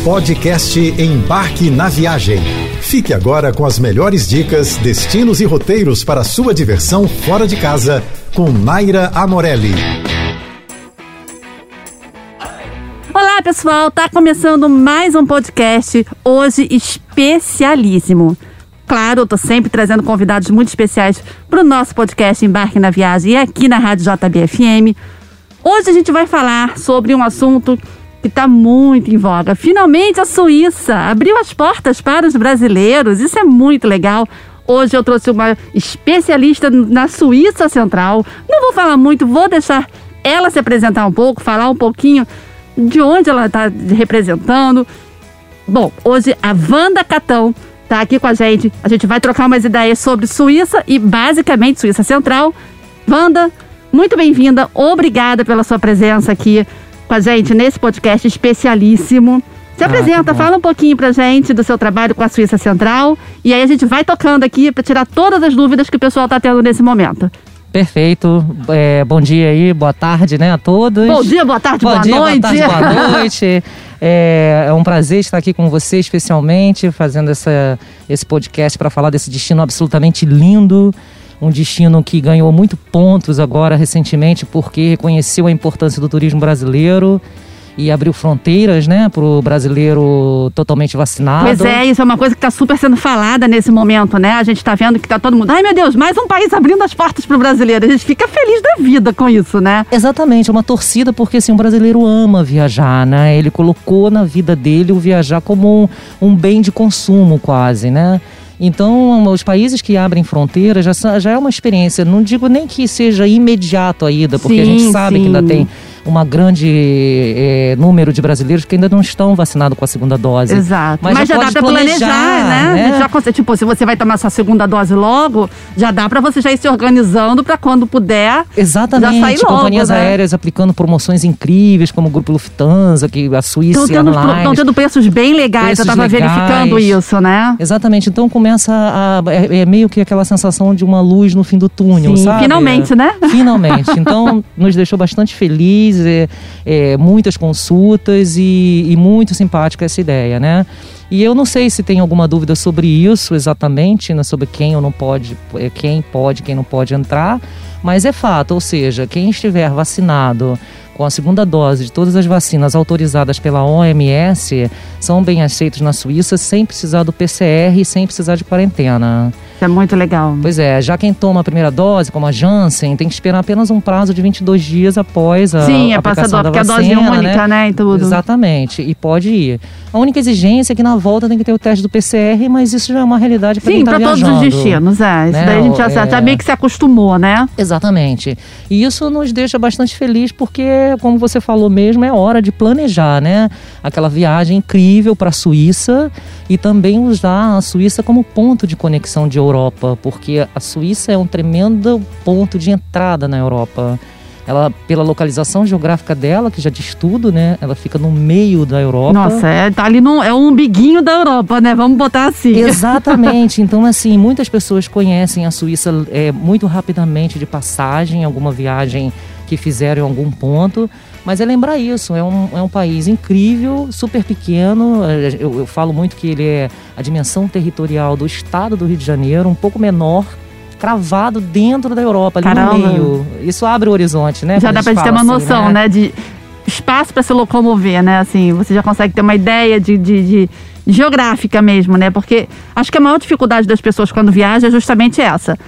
Podcast Embarque na Viagem. Fique agora com as melhores dicas, destinos e roteiros para sua diversão fora de casa, com Naira Amorelli. Olá, pessoal, tá começando mais um podcast, hoje especialíssimo. Claro, eu tô sempre trazendo convidados muito especiais pro nosso podcast Embarque na Viagem e aqui na Rádio JB-FM. Hoje a gente vai falar sobre um assunto que está muito em voga. Finalmente a Suíça abriu as portas para os brasileiros, isso é muito legal. Hoje eu trouxe uma especialista na Suíça Central. Não vou falar muito, vou deixar ela se apresentar um pouco, falar um pouquinho de onde ela está representando. Bom, hoje a Wanda Catão está aqui com a gente vai trocar umas ideias sobre Suíça e basicamente Suíça Central. Wanda, muito bem-vinda, obrigada pela sua presença aqui com a gente nesse podcast especialíssimo. Se apresenta, fala um pouquinho pra gente do seu trabalho com a Suíça Central e aí a gente vai tocando aqui para tirar todas as dúvidas que o pessoal está tendo nesse momento. Perfeito. Bom dia aí, boa tarde, né, a todos. Bom dia, boa tarde, boa noite. Boa tarde, boa noite. É um prazer estar aqui com você, especialmente, fazendo esse podcast para falar desse destino absolutamente lindo. Um destino que ganhou muito pontos agora, recentemente, porque reconheceu a importância do turismo brasileiro e abriu fronteiras, né, para o brasileiro totalmente vacinado. Pois é, isso é uma coisa que está super sendo falada nesse momento, né? A gente está vendo que está todo mundo, ai meu Deus, mais um país abrindo as portas para o brasileiro. A gente fica feliz da vida com isso, né? Exatamente, é uma torcida porque assim, o brasileiro ama viajar, né? Ele colocou na vida dele o viajar como um bem de consumo quase, né? Então, os países que abrem fronteiras já é uma experiência, não digo nem que seja imediato a ida, porque a gente sabe que ainda tem uma grande número de brasileiros que ainda não estão vacinados com a segunda dose. Exato. Mas já dá para planejar, né? Tipo, se você vai tomar sua segunda dose logo, já dá para você já ir se organizando para quando puder. Exatamente. Já sair logo, companhias aéreas aplicando promoções incríveis, como o Grupo Lufthansa, que a Suíça estão tendo preços bem legais, eu estava verificando isso, né? Exatamente. Então começa é meio que aquela sensação de uma luz no fim do túnel, sabe? Finalmente, né? Finalmente. Então, nos deixou bastante feliz, muitas consultas e muito simpática essa ideia, né? E eu não sei se tem alguma dúvida sobre isso exatamente, né, sobre quem não pode entrar, mas é fato, ou seja, quem estiver vacinado com a segunda dose de todas as vacinas autorizadas pela OMS são bem aceitos na Suíça sem precisar do PCR e sem precisar de quarentena. Isso é muito legal. Pois é, já quem toma a primeira dose, como a Janssen, tem que esperar apenas um prazo de 22 dias após a aplicação da vacina, porque a dose única, né, e tudo. Exatamente, e pode ir. A única exigência é que na volta tem que ter o teste do PCR, mas isso já é uma realidade para quem está viajando. Sim, para todos os destinos, Isso daí a gente já meio que se acostumou, né? Exatamente. E isso nos deixa bastante feliz porque, como você falou mesmo, é hora de planejar, né? Aquela viagem incrível para a Suíça e também usar a Suíça como ponto de conexão de Europa, porque a Suíça é um tremendo ponto de entrada na Europa. Ela, pela localização geográfica dela, que já diz tudo, né? Ela fica no meio da Europa. Nossa, tá ali é o umbiguinho da Europa, né? Vamos botar assim. Exatamente. Então, assim, muitas pessoas conhecem a Suíça muito rapidamente de passagem, alguma viagem que fizeram em algum ponto. Mas é lembrar isso, é um país incrível, super pequeno. Eu falo muito que ele é a dimensão territorial do estado do Rio de Janeiro, um pouco menor, cravado dentro da Europa, ali no meio. Isso abre o horizonte, né? Já dá pra gente ter uma noção, né? De espaço para se locomover, né? Assim, você já consegue ter uma ideia de geográfica mesmo, né? Porque acho que a maior dificuldade das pessoas quando viajam é justamente essa.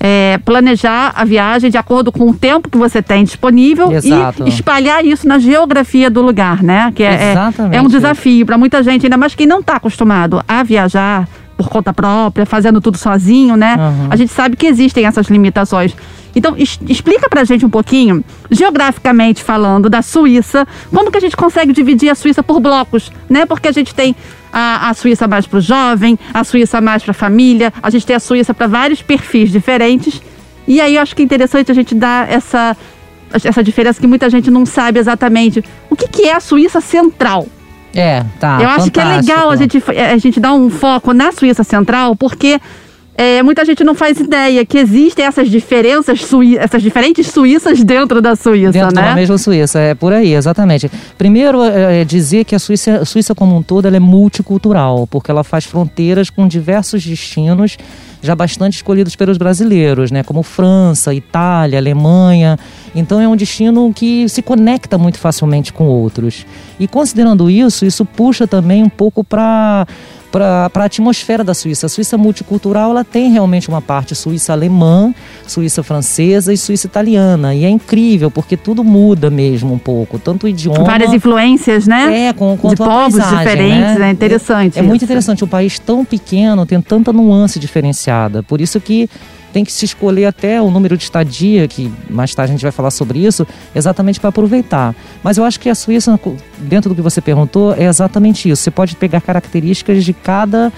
Planejar a viagem de acordo com o tempo que você tem disponível. Exato. E espalhar isso na geografia do lugar, né? Que é um desafio para muita gente, ainda mais quem não está acostumado a viajar por conta própria, fazendo tudo sozinho, né? Uhum. A gente sabe que existem essas limitações. Então, explica pra gente um pouquinho, geograficamente falando, da Suíça, como que a gente consegue dividir a Suíça por blocos, né? Porque a gente tem a Suíça mais pro jovem, a Suíça mais pra família, a gente tem a Suíça para vários perfis diferentes. E aí eu acho que é interessante a gente dar essa diferença que muita gente não sabe exatamente. O que é a Suíça Central? Tá. Eu acho que é legal a gente dar um foco na Suíça Central, porque muita gente não faz ideia que existem essas diferenças, essas diferentes Suíças dentro da Suíça, dentro né? da mesma Suíça, é por aí, exatamente. Primeiro, dizer que a Suíça como um todo ela é multicultural, porque ela faz fronteiras com diversos destinos já bastante escolhidos pelos brasileiros, né? Como França, Itália, Alemanha. Então é um destino que se conecta muito facilmente com outros. E considerando isso puxa também um pouco para a atmosfera da Suíça. A Suíça multicultural, ela tem realmente uma parte suíça alemã, suíça francesa e suíça italiana. E é incrível, porque tudo muda mesmo um pouco. Tanto o idioma... Várias influências, né? Com de povos diferentes, né? É interessante. É muito interessante. Um país tão pequeno tem tanta nuance diferenciada. Por isso que tem que se escolher até o número de estadia, que mais tarde a gente vai falar sobre isso, exatamente para aproveitar. Mas eu acho que a Suíça, dentro do que você perguntou, é exatamente isso. Você pode pegar características de cada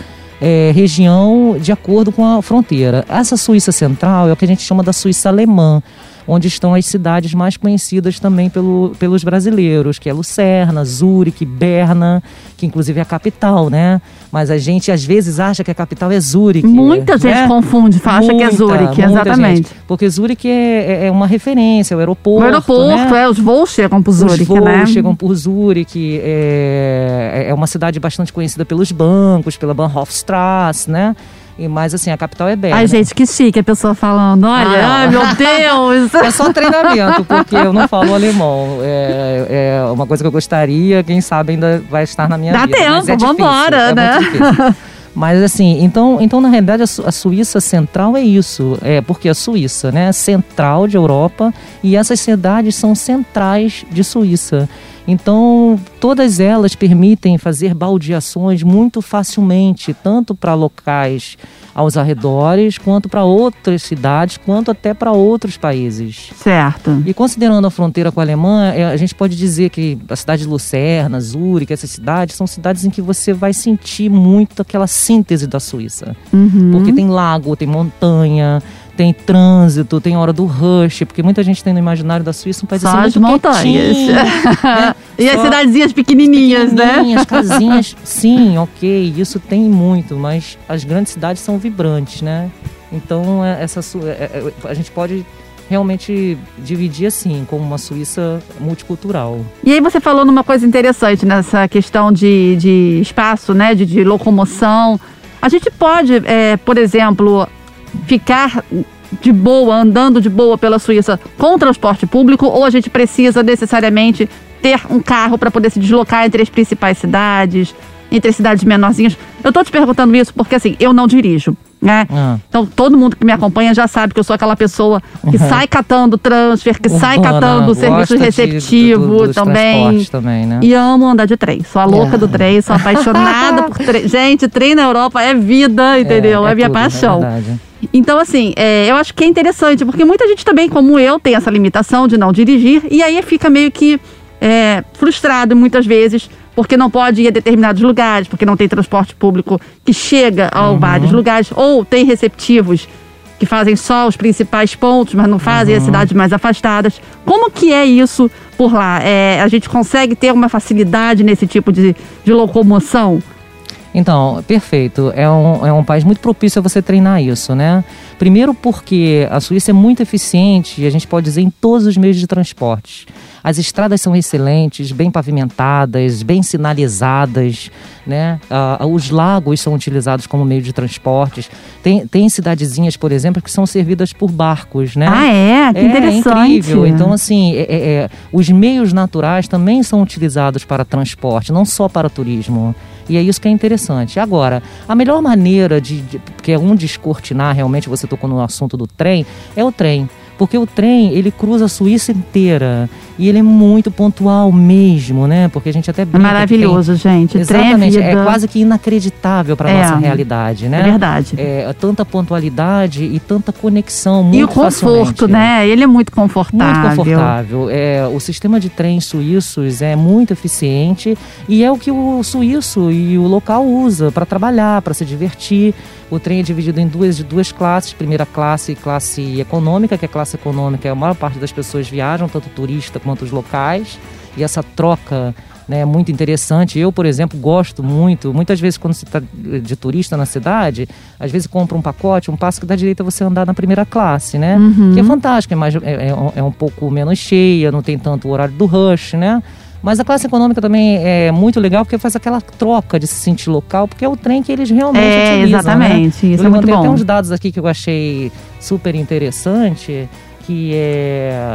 região de acordo com a fronteira. Essa Suíça central é o que a gente chama da Suíça alemã, onde estão as cidades mais conhecidas também pelos brasileiros, que é Lucerna, Zurique, Berna, que inclusive é a capital, né? Mas a gente às vezes acha que a capital é Zurique. Muita gente confunde, acha que é Zurique, exatamente. Gente, porque Zurique é uma referência, o aeroporto. O aeroporto, né? Os voos chegam por Zurique, né? Os né? voos chegam por Zurique, é uma cidade bastante conhecida pelos bancos, pela Bahnhofstrasse, né? Mas assim, a capital é Berna. Ai, gente, que chique a pessoa falando. Olha, ai, meu Deus! É só treinamento, porque eu não falo alemão. É uma coisa que eu gostaria, quem sabe ainda vai estar na minha vida. Dá tempo, mas é difícil, vambora, né? Muito difícil. Mas assim, então na realidade a Suíça central é isso, porque a Suíça, né, central de Europa, e essas cidades são centrais de Suíça. Então, todas elas permitem fazer baldeações muito facilmente, tanto para locais aos arredores, quanto para outras cidades, quanto até para outros países. Certo. E considerando a fronteira com a Alemanha, a gente pode dizer que a cidade de Lucerna, Zurique, essas cidades são cidades em que você vai sentir muito aquela síntese da Suíça. Uhum. Porque tem lago, tem montanha, tem trânsito, tem hora do rush, porque muita gente tem no imaginário da Suíça um país assim, muito montanhas. Né? E as cidadezinhas pequenininhas, né? Casinhas, sim, ok, isso tem muito, mas as grandes cidades são vibrantes, né? Então a gente pode realmente dividir assim, como uma Suíça multicultural. E aí você falou numa coisa interessante nessa questão de espaço, né? De locomoção. A gente pode, por exemplo, ficar de boa, andando de boa pela Suíça com transporte público, ou a gente precisa necessariamente ter um carro para poder se deslocar entre as principais cidades, entre as cidades menorzinhas? Eu tô te perguntando isso porque, assim, eu não dirijo, né? Então, todo mundo que me acompanha já sabe que eu sou aquela pessoa que sai catando transfer, que sai catando serviço receptivo também, né? E amo andar de trem. Sou a louca do trem, sou apaixonada por trem. Gente, trem na Europa é vida, entendeu? É minha paixão. Então, assim, eu acho que é interessante, porque muita gente também, como eu, tem essa limitação de não dirigir, e aí fica meio que frustrado muitas vezes, porque não pode ir a determinados lugares, porque não tem transporte público que chega a vários lugares, ou tem receptivos que fazem só os principais pontos, mas não fazem as cidades mais afastadas. Como que é isso por lá? A gente consegue ter uma facilidade nesse tipo de locomoção? Então, perfeito. É um país muito propício a você treinar isso, né? Primeiro porque a Suíça é muito eficiente, a gente pode dizer, em todos os meios de transporte. As estradas são excelentes, bem pavimentadas, bem sinalizadas, né? Os lagos são utilizados como meio de transportes. Tem cidadezinhas, por exemplo, que são servidas por barcos, né? Que interessante. É incrível. Então, assim, os meios naturais também são utilizados para transporte, não só para turismo. E é isso que é interessante. Agora, a melhor maneira que é descortinar, realmente você tocou no assunto do trem, é o trem. Porque o trem, ele cruza a Suíça inteira. E ele é muito pontual mesmo, né? Porque a gente até brinca. É maravilhoso, gente. Exatamente. É quase que inacreditável para nossa realidade, né? É verdade. Tanta pontualidade e tanta conexão muito E o conforto, né? Ele é muito confortável. Muito confortável. O sistema de trens suíços é muito eficiente e é o que o suíço e o local usa para trabalhar, para se divertir. O trem é dividido em duas classes, primeira classe e classe econômica, que a classe econômica a maior parte das pessoas viajam, tanto turista quanto os locais, e essa troca, né, muito interessante. Eu, por exemplo, gosto muito. Muitas vezes, quando você está de turista na cidade, às vezes compra um pacote, um passo que dá direito a você andar na primeira classe, né? Que é fantástico, é um pouco menos cheia, não tem tanto o horário do rush, né? Mas a classe econômica também é muito legal porque faz aquela troca de se sentir local, porque é o trem que eles realmente utilizam. Exatamente, né? isso é muito bom. Tem até uns dados aqui que eu achei super interessante, que é...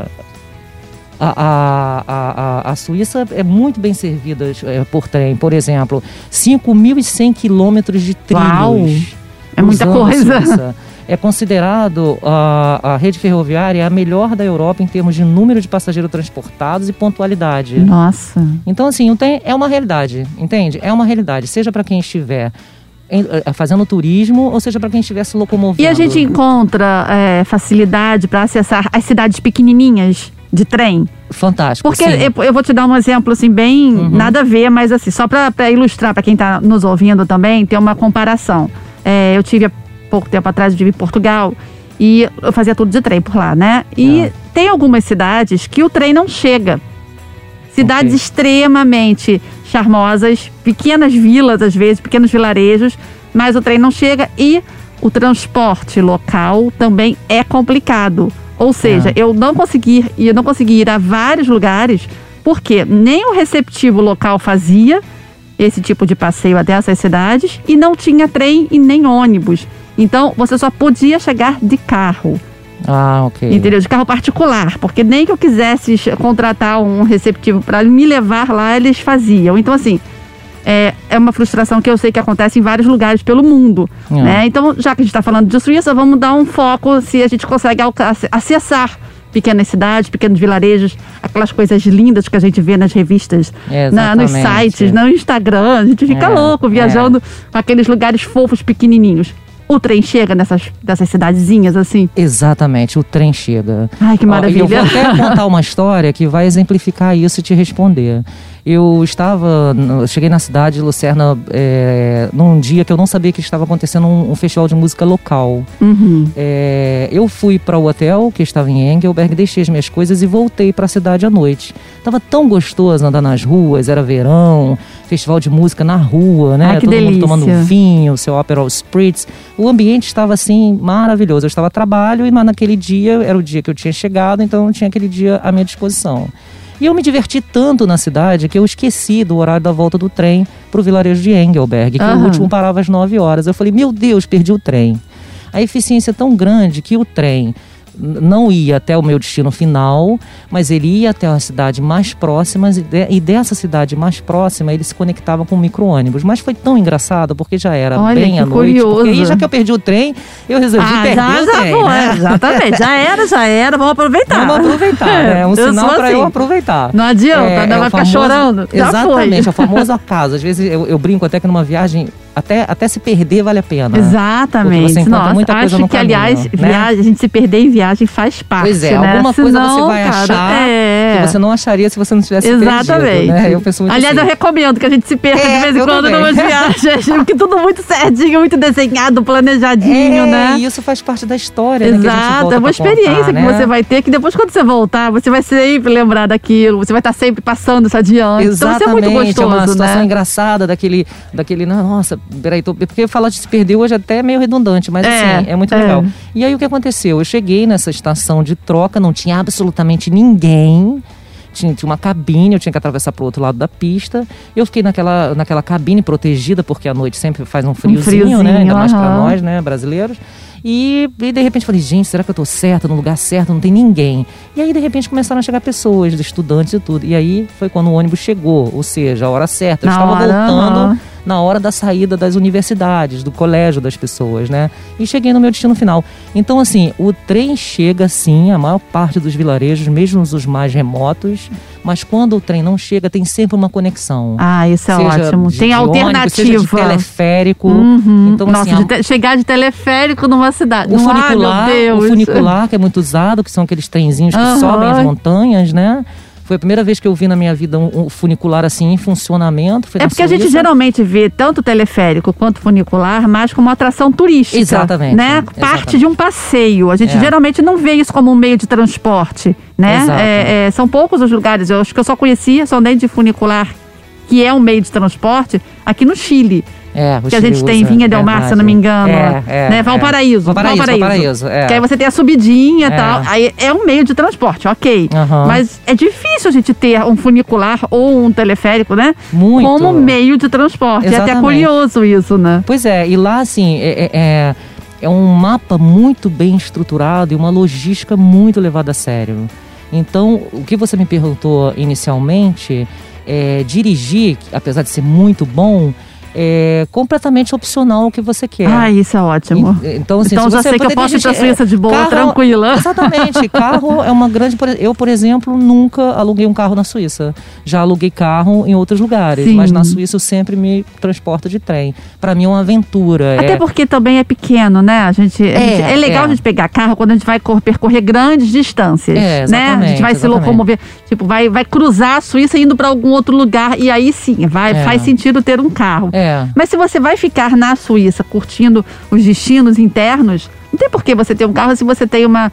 A Suíça é muito bem servida por trem. Por exemplo, 5.100 quilômetros de trilhos. Uau, é muita coisa. É considerado a rede ferroviária a melhor da Europa em termos de número de passageiros transportados e pontualidade. Nossa. Então, assim, é uma realidade, entende? É uma realidade, seja para quem estiver fazendo turismo, ou seja para quem estiver se locomovendo. E a gente encontra facilidade para acessar as cidades pequenininhas de trem? Fantástico. Porque sim. eu vou te dar um exemplo assim bem nada a ver, mas assim, só para ilustrar para quem está nos ouvindo também, ter uma comparação. Eu tive pouco tempo atrás, eu estive em Portugal e eu fazia tudo de trem por lá, né? E tem algumas cidades que o trem não chega. Cidades extremamente charmosas, pequenas vilas às vezes, pequenos vilarejos, mas o trem não chega e o transporte local também é complicado. Ou seja, eu não consegui ir a vários lugares porque nem o receptivo local fazia esse tipo de passeio até essas cidades e não tinha trem e nem ônibus. Então, você só podia chegar de carro. Ok. Entendeu? De carro particular. Porque nem que eu quisesse contratar um receptivo para me levar lá, eles faziam. Então, assim, é uma frustração que eu sei que acontece em vários lugares pelo mundo. Né? Então, já que a gente está falando de Suíça, vamos dar um foco se a gente consegue acessar pequenas cidades, pequenos vilarejos, aquelas coisas lindas que a gente vê nas revistas, nos sites, no Instagram. A gente fica louco viajando com aqueles lugares fofos, pequenininhos. O trem chega nessas cidadezinhas assim? Exatamente, o trem chega. Ai, que maravilha. Eu vou até contar uma história que vai exemplificar isso e te responder. Eu cheguei na cidade de Lucerna num dia que eu não sabia que estava acontecendo um festival de música local. Eu fui para o hotel que estava em Engelberg, deixei as minhas coisas e voltei para a cidade à noite. Tava tão gostoso andar nas ruas, era verão, festival de música na rua, né? Ai, que todo delícia. mundo tomando vinho, seu Aperol Spritz. O ambiente estava assim maravilhoso. Eu estava a trabalho, mas naquele dia era o dia que eu tinha chegado, então eu tinha aquele dia à minha disposição. E eu me diverti tanto na cidade que eu esqueci do horário da volta do trem para o vilarejo de Engelberg, que o último parava às 9 horas. Eu falei, meu Deus, perdi o trem. A eficiência é tão grande que o trem não ia até o meu destino final, mas ele ia até a cidade mais próxima e dessa cidade mais próxima ele se conectava com o micro-ônibus. Mas foi tão engraçado porque já era bem à noite. Curioso. Porque aí já que eu perdi o trem, eu resolvi perder o trem. Né? Exatamente, já era, vamos aproveitar. Vamos aproveitar, é um sinal para eu aproveitar. Não adianta, não vai ficar chorando. Exatamente, é o famoso acaso. Às vezes eu brinco até que numa viagem até se perder vale a pena. Exatamente. Você encontra muita coisa no caminho, aliás, né? a gente se perder em viagem faz parte. Pois é, né? alguma coisa você vai achar que você não acharia se você não tivesse perdido. Né? Eu penso muito aliás, assim. Eu recomendo que a gente se perca de vez em quando numa viagem. Porque tudo muito certinho, muito desenhado, planejadinho, né? E isso faz parte da história. Exato, né, que a gente volta é uma experiência contar, que você vai ter, que depois quando você voltar, você vai sempre lembrar daquilo, você vai estar sempre passando isso adiante. Exatamente, então, isso é muito gostoso, é uma situação né? engraçada daquele nossa, peraí, porque falar de se perder hoje é meio redundante, mas assim, é muito legal. E aí o que aconteceu? Eu cheguei nessa estação de troca, não tinha absolutamente ninguém. Tinha uma cabine, eu tinha que atravessar para o outro lado da pista. Eu fiquei naquela cabine protegida, porque à noite sempre faz um friozinho, né? Ainda mais para nós, né, brasileiros. E de repente falei, gente, será que eu tô certa, no lugar certo, não tem ninguém? E aí de repente começaram a chegar pessoas, estudantes e tudo. E aí foi quando o ônibus chegou, ou seja, a hora certa. Eu estava voltando na hora da saída das universidades, do colégio das pessoas, né? E cheguei no meu destino final. Então, assim, o trem chega, sim, a maior parte dos vilarejos, mesmo os mais remotos, mas quando o trem não chega, tem sempre uma conexão. Ah, isso é ótimo. Tem alternativa. Ônibus, seja de teleférico. Então, nossa, assim, chegar de teleférico numa cidade. O funicular, meu Deus. o funicular, que é muito usado, que são aqueles trenzinhos que sobem as montanhas, né? Foi a primeira vez que eu vi na minha vida um funicular assim em funcionamento. Foi porque a gente geralmente vê tanto teleférico quanto funicular mais como atração turística. Exatamente. Né? Parte de um passeio. A gente geralmente não vê isso como um meio de transporte, né? São poucos os lugares. Eu acho que eu só andei de funicular que é um meio de transporte, aqui no Chile. Que a gente tem Vinha del Mar, se eu não me engano. Né? Valparaíso. Que aí você tem a subidinha e tal. Aí é um meio de transporte, ok. Mas é difícil a gente ter um funicular ou um teleférico, né? Muito. Como meio de transporte. Exatamente. É até curioso isso, né? Pois é, e lá, assim, é um mapa muito bem estruturado e uma logística muito levada a sério. Então, o que você me perguntou inicialmente, dirigir, apesar de ser muito bom, é completamente opcional o que você quer. Isso é ótimo. Então, assim, já sei que eu posso ir pra Suíça de boa, tranquila. Exatamente. Carro é uma grande... Eu, por exemplo, nunca aluguei um carro na Suíça. Já aluguei carro em outros lugares. Sim. Mas na Suíça eu sempre me transporto de trem. Pra mim é uma aventura. Até porque também é pequeno, né? É legal a gente pegar carro quando a gente vai percorrer grandes distâncias. Né? A gente vai se locomover. Tipo, vai cruzar a Suíça indo pra algum outro lugar. E aí sim, faz sentido ter um carro. Mas se você vai ficar na Suíça curtindo os destinos internos, não tem por que você ter um carro se você tem uma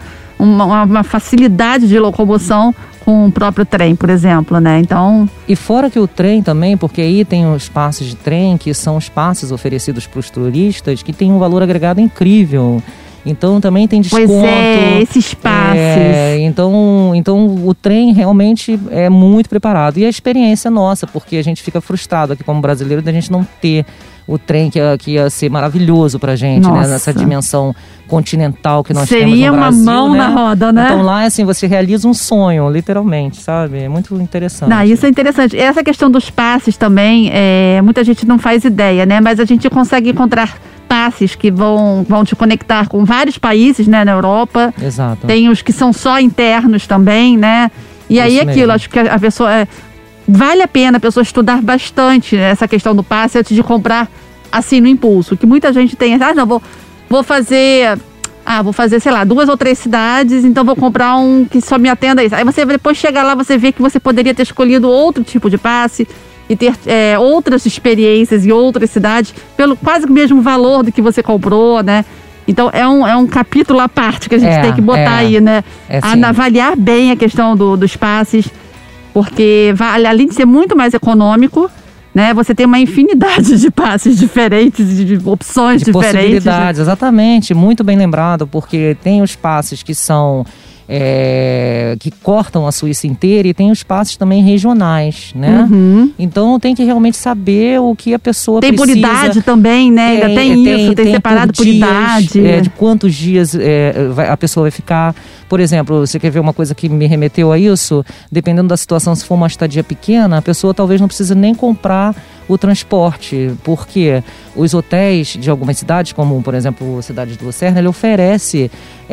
facilidade de locomoção com o próprio trem, por exemplo, né? Então... E fora que o trem também, porque aí tem os passes de trem, que são os passes oferecidos para os turistas, que tem um valor agregado incrível. Então também tem desconto. Pois esses passes. Então o trem realmente é muito preparado. E a experiência é nossa, porque a gente fica frustrado aqui como brasileiro da gente não ter o trem que ia ser maravilhoso pra gente, né? Nessa dimensão continental que nós temos no Brasil. Seria uma mão na roda, né? Então lá, assim, você realiza um sonho, literalmente, sabe? É muito interessante. Isso é interessante. Essa questão dos passes também, muita gente não faz ideia, né? Mas a gente consegue encontrar passes que vão te conectar com vários países, né, na Europa. Exato. Tem os que são só internos também, né? E aí acho que a pessoa... vale a pena a pessoa estudar bastante essa questão do passe antes de comprar assim no impulso. Que muita gente tem, vou fazer, sei lá, 2 ou 3 cidades, então vou comprar um que só me atenda a isso. Aí você depois chega lá, você vê que você poderia ter escolhido outro tipo de passe e ter outras experiências em outras cidades pelo quase o mesmo valor do que você comprou, né? Então é um capítulo à parte que a gente tem que botar aí, né? Avaliar bem a questão dos passes, porque além de ser muito mais econômico, né? Você tem uma infinidade de passes diferentes, de opções diferentes. Possibilidades, exatamente. Muito bem lembrado, porque tem os passes que são... que cortam a Suíça inteira, e tem os passes também regionais, né? Então tem que realmente saber o que a pessoa precisa. Tem por idade também, né? Ainda tem isso, tem separado por idade. De quantos dias a pessoa vai ficar. Por exemplo, você quer ver uma coisa que me remeteu a isso? Dependendo da situação, se for uma estadia pequena, a pessoa talvez não precise nem comprar o transporte, porque os hotéis de algumas cidades, como por exemplo a cidade de Lucerna, ele oferece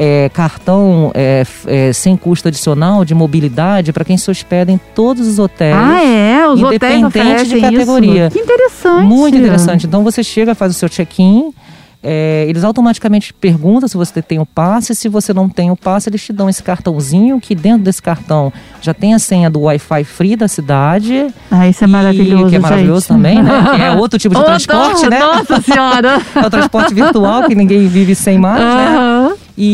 cartão sem custo adicional de mobilidade para quem se hospeda em todos os hotéis. Os hotéis independente de categoria. Isso. Que interessante. Muito interessante. Então você chega, faz o seu check-in, eles automaticamente perguntam se você tem o passe. Se você não tem o passe, eles te dão esse cartãozinho, que dentro desse cartão já tem a senha do Wi-Fi free da cidade. Isso é maravilhoso, que é maravilhoso também, né? Que é outro tipo de transporte, né? Nossa Senhora! É o transporte virtual, que ninguém vive sem mais, né?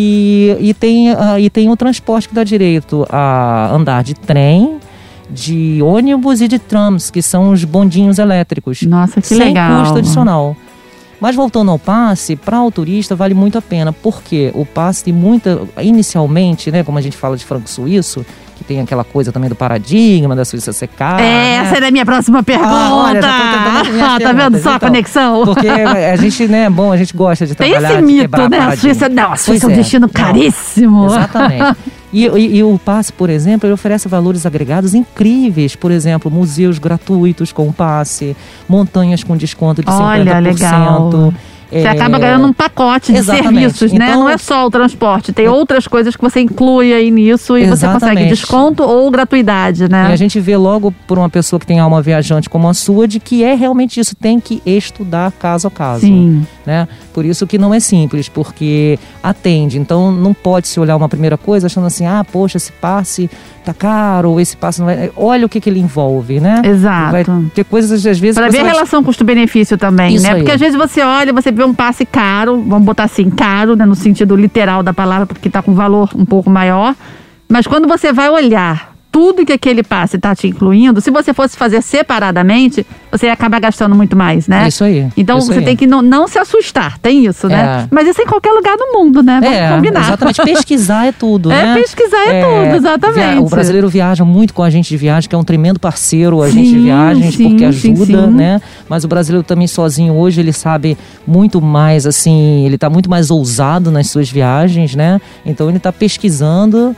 E tem o transporte que dá direito a andar de trem, de ônibus e de trams, que são os bondinhos elétricos. Nossa, que legal! Sem custo adicional. Mas voltando ao passe, para o turista vale muito a pena, porque o passe tem inicialmente, né, como a gente fala de franco suíço, que tem aquela coisa também do paradigma da Suíça ser cara. Essa era a minha próxima pergunta. Olha, já tô tentando tá vendo só a conexão? Porque a gente, né, a gente gosta de trabalhar, tem esse mito, né? A Suíça é um destino caríssimo. Exatamente. E o passe, por exemplo, ele oferece valores agregados incríveis. Por exemplo, museus gratuitos com passe, montanhas com desconto de 50%. Olha, legal. Você acaba ganhando um pacote de serviços, né? Então, não é só o transporte, tem outras coisas que você inclui aí nisso e você consegue desconto ou gratuidade, né? E a gente vê logo por uma pessoa que tem alma viajante como a sua, de que é realmente isso, tem que estudar caso a caso. Sim. Né? Por isso que não é simples, porque atende. Então não pode se olhar uma primeira coisa achando assim, poxa, esse passe tá caro, ou esse passe não vai... Olha o que ele envolve, né? Exato. Vai ter coisas, às vezes... Para ver a relação custo-benefício também, isso né? aí. Porque às vezes você olha, você vê um passe caro, vamos botar assim, caro, né? No sentido literal da palavra, porque tá com valor um pouco maior. Mas quando você vai olhar tudo que aquele passe está te incluindo, se você fosse fazer separadamente, você ia acabar gastando muito mais, né? Isso aí. Então isso você aí. tem que não se assustar, tem isso, né? Mas isso é em qualquer lugar do mundo, né? Vamos combinar. Exatamente, pesquisar é tudo, né? Pesquisar é tudo, exatamente. O brasileiro viaja muito com a agente de viagem, que é um tremendo parceiro, a agente de viagens, porque ajuda, né? Mas o brasileiro também sozinho hoje, ele sabe muito mais, assim, ele está muito mais ousado nas suas viagens, né? Então ele está pesquisando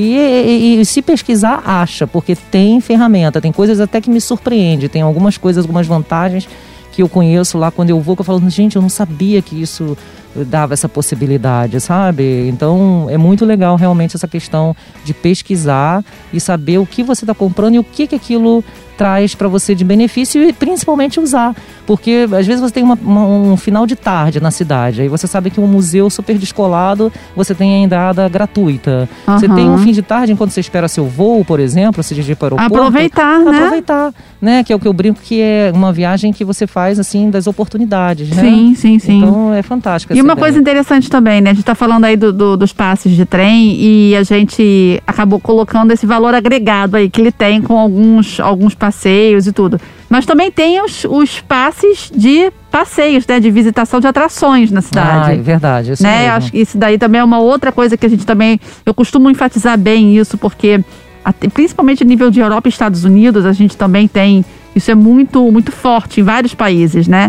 e se pesquisar, acha, porque tem ferramenta, tem coisas até que me surpreende, tem algumas coisas, algumas vantagens que eu conheço lá quando eu vou, que eu falo, gente, eu não sabia que isso dava essa possibilidade, sabe? Então é muito legal realmente essa questão de pesquisar e saber o que você está comprando e o que aquilo traz para você de benefício e principalmente usar, porque às vezes você tem um final de tarde na cidade, aí você sabe que um museu super descolado você tem a entrada gratuita. Você tem um fim de tarde enquanto você espera seu voo, por exemplo, se dirigir para o aeroporto. Aproveitar, né? Que é o que eu brinco, que é uma viagem que você faz assim das oportunidades, né? Sim. Então é fantástico. E uma coisa interessante também, né? A gente está falando aí dos passes de trem e a gente acabou colocando esse valor agregado aí que ele tem com alguns passeios e tudo. Mas também tem os passes de passeios, né? De visitação de atrações na cidade. É verdade. Isso né? mesmo. Acho que isso daí também é uma outra coisa que a gente também... Eu costumo enfatizar bem isso, porque principalmente a nível de Europa e Estados Unidos, a gente também tem... Isso é muito, muito forte em vários países, né?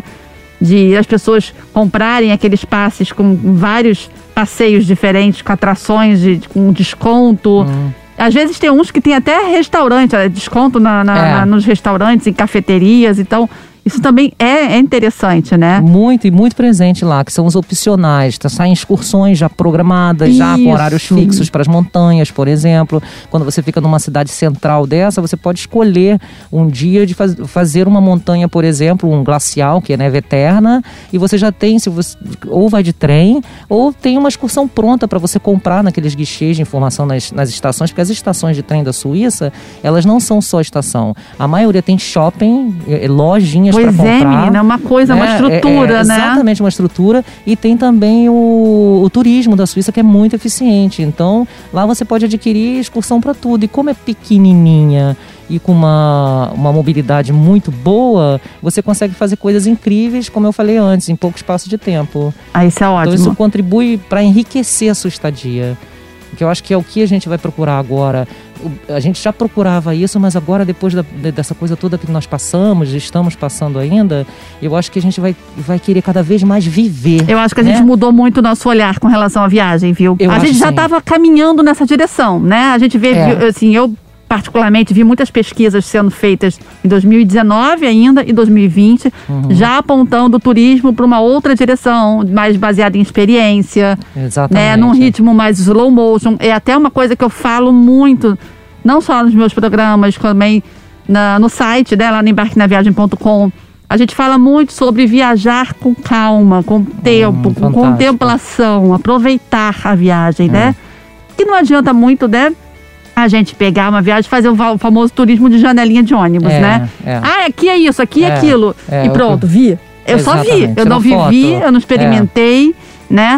De as pessoas comprarem aqueles passes com vários passeios diferentes, com atrações com desconto. Às vezes tem uns que tem até restaurante, desconto nos restaurantes, em cafeterias, então isso também é interessante, né? Muito, e muito presente lá, que são os opcionais. Saem excursões já programadas, já com horários fixos para as montanhas, por exemplo. Quando você fica numa cidade central dessa, você pode escolher um dia de fazer uma montanha, por exemplo, um glacial, que é neve eterna, e você já tem, se você ou vai de trem, ou tem uma excursão pronta para você comprar naqueles guichês de informação nas estações, porque as estações de trem da Suíça, elas não são só estação. A maioria tem shopping, lojinhas para comprar. Menina, uma coisa, uma estrutura, né? Exatamente, uma estrutura. E tem também o turismo da Suíça, que é muito eficiente. Então, lá você pode adquirir excursão para tudo. E como é pequenininha e com uma mobilidade muito boa, você consegue fazer coisas incríveis, como eu falei antes, em pouco espaço de tempo. Isso é ótimo. Então, isso contribui para enriquecer a sua estadia. Que eu acho que é o que a gente vai procurar agora. A gente já procurava isso, mas agora, depois dessa coisa toda que nós estamos passando ainda, eu acho que a gente vai querer cada vez mais viver. Eu acho que a gente mudou muito o nosso olhar com relação à viagem, viu? A gente já estava caminhando nessa direção, né? A gente vê, assim, eu particularmente vi muitas pesquisas sendo feitas em 2019 ainda e 2020, já apontando o turismo para uma outra direção, mais baseada em experiência, né, num ritmo mais slow motion. É até uma coisa que eu falo muito, não só nos meus programas, também no site, né, lá no embarquenaviagem.com. A gente fala muito sobre viajar com calma, com tempo, com contemplação, aproveitar a viagem, né? Que não adianta muito, né? A gente pegar uma viagem e fazer o famoso turismo de janelinha de ônibus, né? Aqui é isso, aqui é aquilo. E pronto, vi. Eu só vi, eu não vivi, eu não experimentei, né?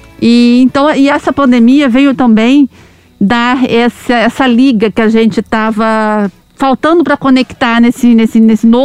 E essa pandemia veio também dar essa liga que a gente estava faltando para conectar nesse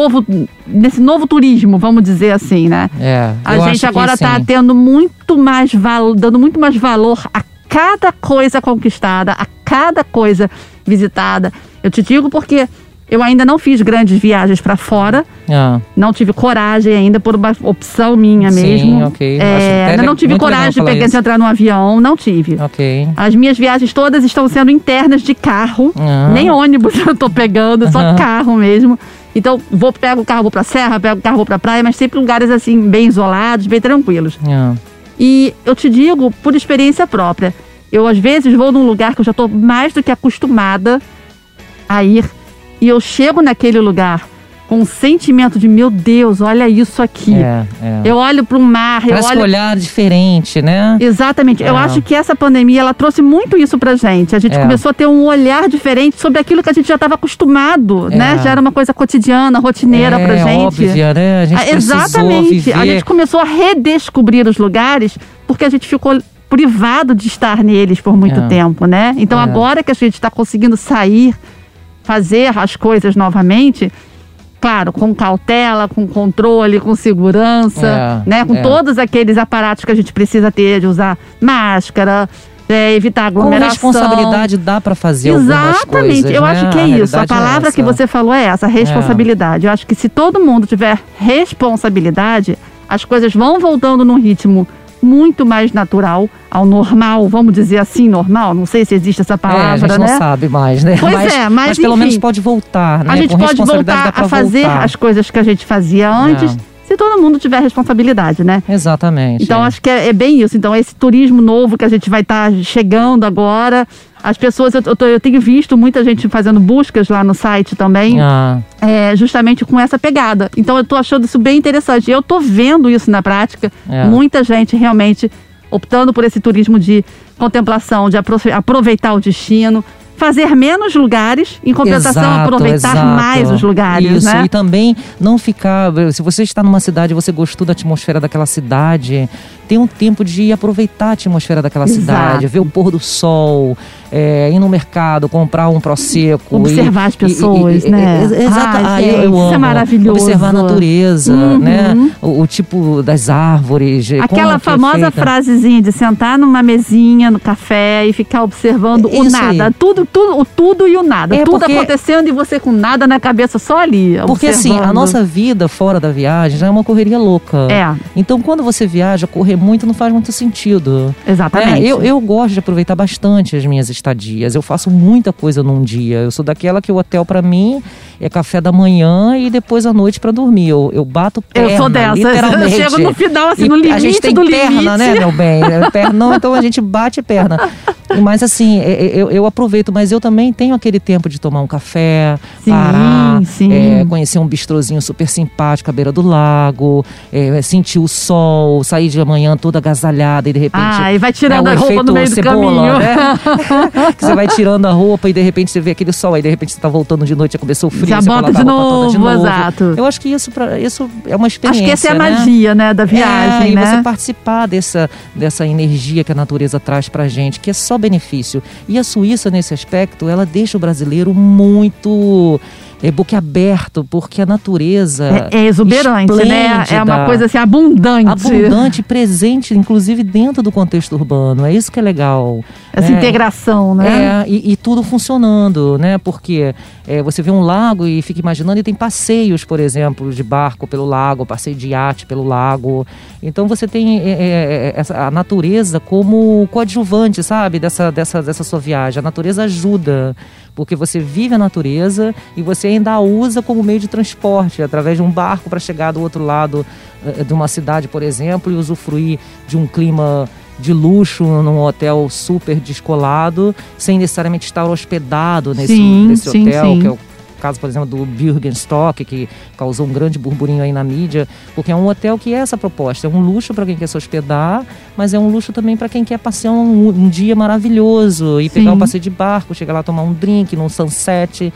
novo turismo, vamos dizer assim, né? A gente agora está tendo dando muito mais valor a cada coisa conquistada, a cada coisa visitada. Eu te digo porque eu ainda não fiz grandes viagens para fora. Não tive coragem ainda, por uma opção minha mesmo. Ainda não tive coragem de entrar num avião, não tive. As minhas viagens todas estão sendo internas de carro. Nem ônibus eu tô pegando, só carro mesmo. Então, pego o carro, vou pra serra, pego o carro, vou pra praia, mas sempre lugares assim, bem isolados, bem tranquilos. E eu te digo, por experiência própria, eu às vezes vou num lugar que eu já estou mais do que acostumada a ir, e eu chego naquele lugar com um sentimento de, meu Deus, olha isso aqui. Eu olho para o mar, parece um olhar diferente, né? Exatamente. Eu acho que essa pandemia, ela trouxe muito isso pra gente. A gente começou a ter um olhar diferente sobre aquilo que a gente já estava acostumado, né? Já era uma coisa cotidiana, rotineira pra gente. Óbvia, né? A gente exatamente. Viver. A gente começou a redescobrir os lugares porque a gente ficou privado de estar neles por muito tempo, né? Então agora que a gente está conseguindo sair, fazer as coisas novamente, claro, com cautela, com controle, com segurança, né? Com todos aqueles aparatos que a gente precisa ter, de usar máscara, evitar aglomeração. Com responsabilidade dá para fazer algumas coisas. Exatamente, eu acho que é isso. A palavra que você falou é essa, responsabilidade. Eu acho que se todo mundo tiver responsabilidade, as coisas vão voltando num ritmo muito mais natural, ao normal, vamos dizer assim, normal. Não sei se existe essa palavra, a gente não sabe mais, né? Pois mas pelo menos pode voltar, né? A gente pode voltar a fazer as coisas que a gente fazia antes, se todo mundo tiver responsabilidade, né? Exatamente. Então, acho que é bem isso. Então, esse turismo novo que a gente vai estar chegando agora, as pessoas, eu tenho visto muita gente fazendo buscas lá no site também, justamente com essa pegada. Então, eu tô achando isso bem interessante. Eu tô vendo isso na prática, muita gente realmente optando por esse turismo de contemplação, de aproveitar o destino, fazer menos lugares, em compensação, aproveitar mais os lugares, isso, né? E também não ficar... Se você está numa cidade e você gostou da atmosfera daquela cidade, tem um tempo de aproveitar a atmosfera daquela cidade, ver o pôr do sol, ir no mercado, comprar um prosecco. Observar as pessoas, né? Exato. Eu amo. Isso é maravilhoso. Observar a natureza, né? O tipo das árvores. Aquela famosa frasezinha de sentar numa mesinha, no café e ficar observando o nada. Tudo e o nada. Tudo acontecendo e você com nada na cabeça, só ali. Porque assim, a nossa vida fora da viagem já é uma correria louca. Então, quando você viaja, correr muito não faz muito sentido. Exatamente. Eu gosto de aproveitar bastante as minhas estadias. Eu faço muita coisa num dia. Eu sou daquela que o hotel pra mim é café da manhã e depois à noite pra dormir. Eu bato perna, eu sou dessa. literalmente. Eu chego no final, assim, no limite do limite. A gente tem perna, né, meu bem? Perna, então a gente bate perna. Mas assim, eu aproveito, mas eu também tenho aquele tempo de tomar um café, parar, conhecer um bistrozinho super simpático à beira do lago, sentir o sol, sair de manhã toda agasalhada e de repente... e vai tirando a roupa no meio do caminho. Né? Que você vai tirando a roupa e de repente você vê aquele sol, aí de repente você tá voltando de noite, já começou o frio, já você bota de novo, exato. Eu acho que isso é uma experiência. Acho que essa é a magia, né, da viagem, né? E você participar dessa energia que a natureza traz pra gente, que é só benefício. E a Suíça, nesse aspecto, ela deixa o brasileiro muito boquiaberto, porque a natureza é exuberante, né? É uma coisa assim, abundante, presente, inclusive dentro do contexto urbano. É isso que é legal. Essa integração, né? E tudo funcionando, né? Porque você vê um lago e fica imaginando, e tem passeios, por exemplo, de barco pelo lago, passeio de iate pelo lago. Então você tem a natureza como coadjuvante, sabe? Dessa sua viagem. A natureza ajuda, porque você vive a natureza e você ainda a usa como meio de transporte, através de um barco para chegar do outro lado de uma cidade, por exemplo, e usufruir de um clima de luxo num hotel super descolado, sem necessariamente estar hospedado nesse hotel, que é o caso, por exemplo, do Bürgenstock, que causou um grande burburinho aí na mídia, porque é um hotel que é essa proposta, é um luxo para quem quer se hospedar, mas é um luxo também para quem quer passear um dia maravilhoso e pegar um passeio de barco, chegar lá tomar um drink num sunset,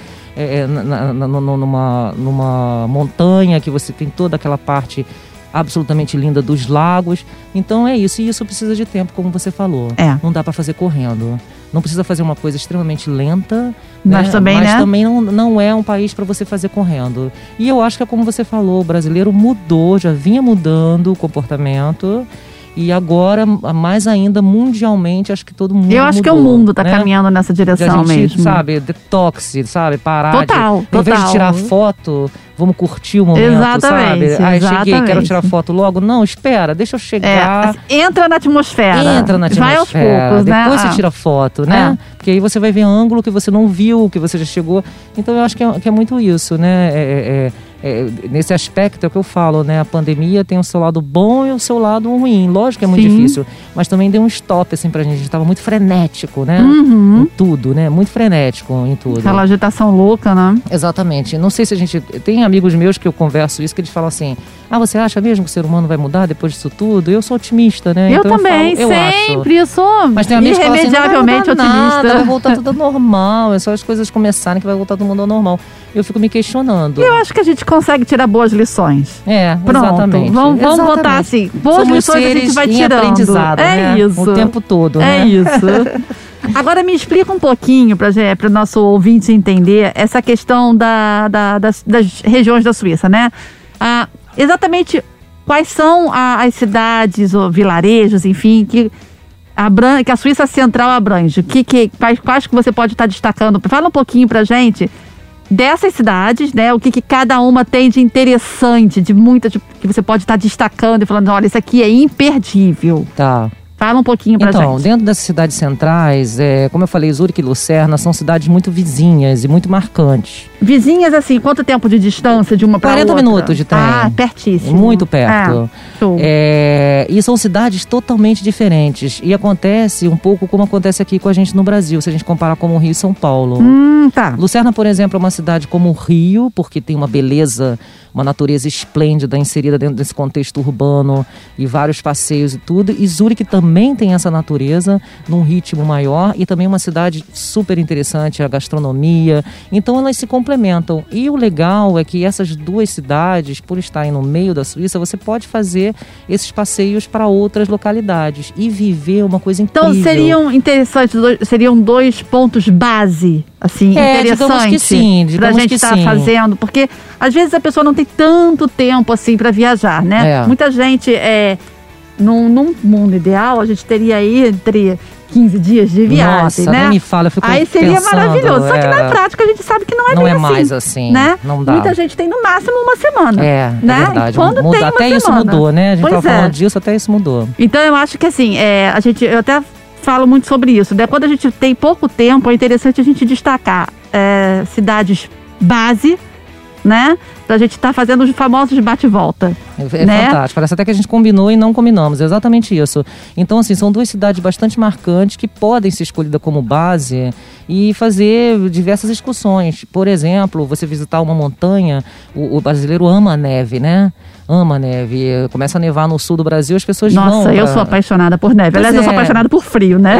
numa montanha que você tem toda aquela parte absolutamente linda dos lagos. Então é isso, e isso precisa de tempo, como você falou. Não dá para fazer correndo. Não precisa fazer uma coisa extremamente lenta, mas também não é um país para você fazer correndo. E eu acho que é como você falou, o brasileiro mudou, já vinha mudando o comportamento. E agora, mais ainda, mundialmente, acho que todo mundo Eu acho mudou, que o mundo está caminhando nessa direção de a gente, mesmo. Sabe, detox, sabe, parar Total. Em vez de tirar foto, vamos curtir o momento, exatamente, sabe? Aí cheguei, quero tirar foto logo. Não, espera, deixa eu chegar. Entra na atmosfera. Vai aos poucos, né? Depois você tira foto, né? Porque aí você vai ver ângulo que você não viu, que você já chegou. Então eu acho que é muito isso, né? Nesse aspecto é o que eu falo, né? A pandemia tem o seu lado bom e o seu lado ruim. Lógico que é muito difícil, mas também deu um stop assim pra gente. A gente tava muito frenético, né? Em tudo, né? Muito frenético em tudo. Aquela agitação louca, né? Exatamente. Não sei se a gente... Tem amigos meus que eu converso isso, que eles falam assim: você acha mesmo que o ser humano vai mudar depois disso tudo? Eu sou otimista, né? Eu também, eu sempre. Eu sou irremediavelmente otimista. Vai voltar tudo ao normal. É só as coisas começarem que vai voltar todo mundo ao normal. Eu fico me questionando. Eu acho que a gente consegue tirar boas lições. Pronto, exatamente. Vamos botar assim, boas lições a gente vai tirando. Aprendizado, né? Isso. O tempo todo, né? É isso. Agora me explica um pouquinho para o nosso ouvinte entender essa questão das regiões da Suíça, né? Exatamente quais são as cidades ou vilarejos, enfim, que a Suíça Central abrange. Quais que você pode estar destacando? Fala um pouquinho pra gente dessas cidades, né? O que cada uma tem de interessante, de muitas que você pode estar destacando e falando, olha, isso aqui é imperdível. Tá. Fala um pouquinho pra gente. Então, dentro dessas cidades centrais, como eu falei, Zurique e Lucerna são cidades muito vizinhas e muito marcantes. Vizinhas, assim, quanto tempo de distância de uma para outra? 40 minutos de trem. Pertíssimo. Muito perto. Show. E são cidades totalmente diferentes. E acontece um pouco como acontece aqui com a gente no Brasil, se a gente comparar como o Rio e São Paulo. Tá. Lucerna, por exemplo, é uma cidade como o Rio, porque tem uma beleza, uma natureza esplêndida inserida dentro desse contexto urbano e vários passeios e tudo. E Zurique também tem essa natureza num ritmo maior e também uma cidade super interessante, a gastronomia. Então elas se complementam. E o legal é que essas duas cidades, por estarem no meio da Suíça, você pode fazer esses passeios para outras localidades e viver uma coisa incrível. Então seriam interessantes, seriam dois pontos base, assim, interessantes. Digamos que sim, pra gente estar fazendo, porque às vezes a pessoa não tem tanto tempo assim para viajar, né? Muita gente, num mundo ideal, a gente teria aí entre 15 dias de viagem, Nossa, né? Nem me fala, eu fico aí seria pensando, maravilhoso. Só que na prática a gente sabe que não é bem assim. Não é mais assim, né? Não dá. Muita gente tem no máximo uma semana. É verdade. Quando tem uma até semana. Isso mudou, né? A gente Pois tava falando disso, até isso mudou. Então eu acho que assim, eu até falo muito sobre isso, né? Quando a gente tem pouco tempo, é interessante a gente destacar cidades base, né? Pra gente estar fazendo os famosos bate-volta. Né? Fantástico. Parece até que a gente combinou e não combinamos. É exatamente isso. Então, assim, são duas cidades bastante marcantes que podem ser escolhidas como base e fazer diversas excursões. Por exemplo, você visitar uma montanha, o brasileiro ama a neve, né? Ama a neve. Começa a nevar no sul do Brasil, as pessoas vão... Nossa, eu sou apaixonada por neve. Aliás, eu sou apaixonada por frio, né?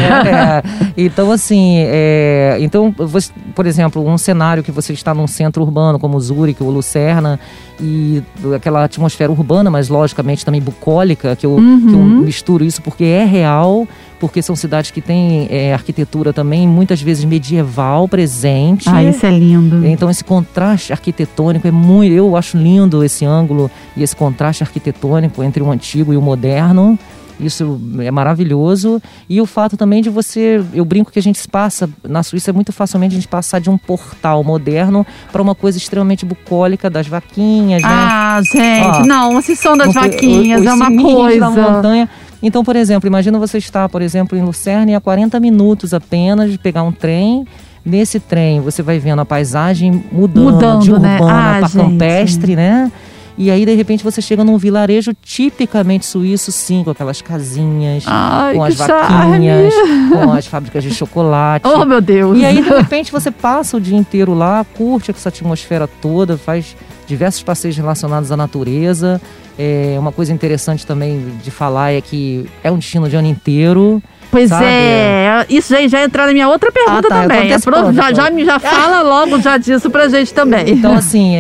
Então, assim, você, por exemplo, um cenário que você está num centro urbano, como Zurique ou Lucerna, e aquela atmosfera urbana, mas logicamente também bucólica, que eu misturo isso porque é real, porque são cidades que têm arquitetura também, muitas vezes medieval presente. Isso é lindo. Então esse contraste arquitetônico é muito... Eu acho lindo esse ângulo e esse contraste arquitetônico entre o antigo e o moderno. Isso é maravilhoso. E o fato também de eu brinco que a gente passa, na Suíça é muito facilmente a gente passar de um portal moderno para uma coisa extremamente bucólica das vaquinhas, né? Gente, não, vocês são das vaquinhas, é uma coisa. Da montanha. Então, por exemplo, imagina você estar, por exemplo, em Lucerna e a 40 minutos apenas de pegar um trem. Nesse trem você vai vendo a paisagem mudando de urbana para campestre, né? E aí, de repente, você chega num vilarejo tipicamente suíço, sim, com aquelas casinhas, com as vaquinhas, com as fábricas de chocolate. Oh, meu Deus! E aí, de repente, você passa o dia inteiro lá, curte essa atmosfera toda, faz diversos passeios relacionados à natureza. Uma coisa interessante também de falar é que é um destino de ano inteiro. Pois isso aí já entrou na minha outra pergunta também. Já fala logo disso pra gente também. Então, assim,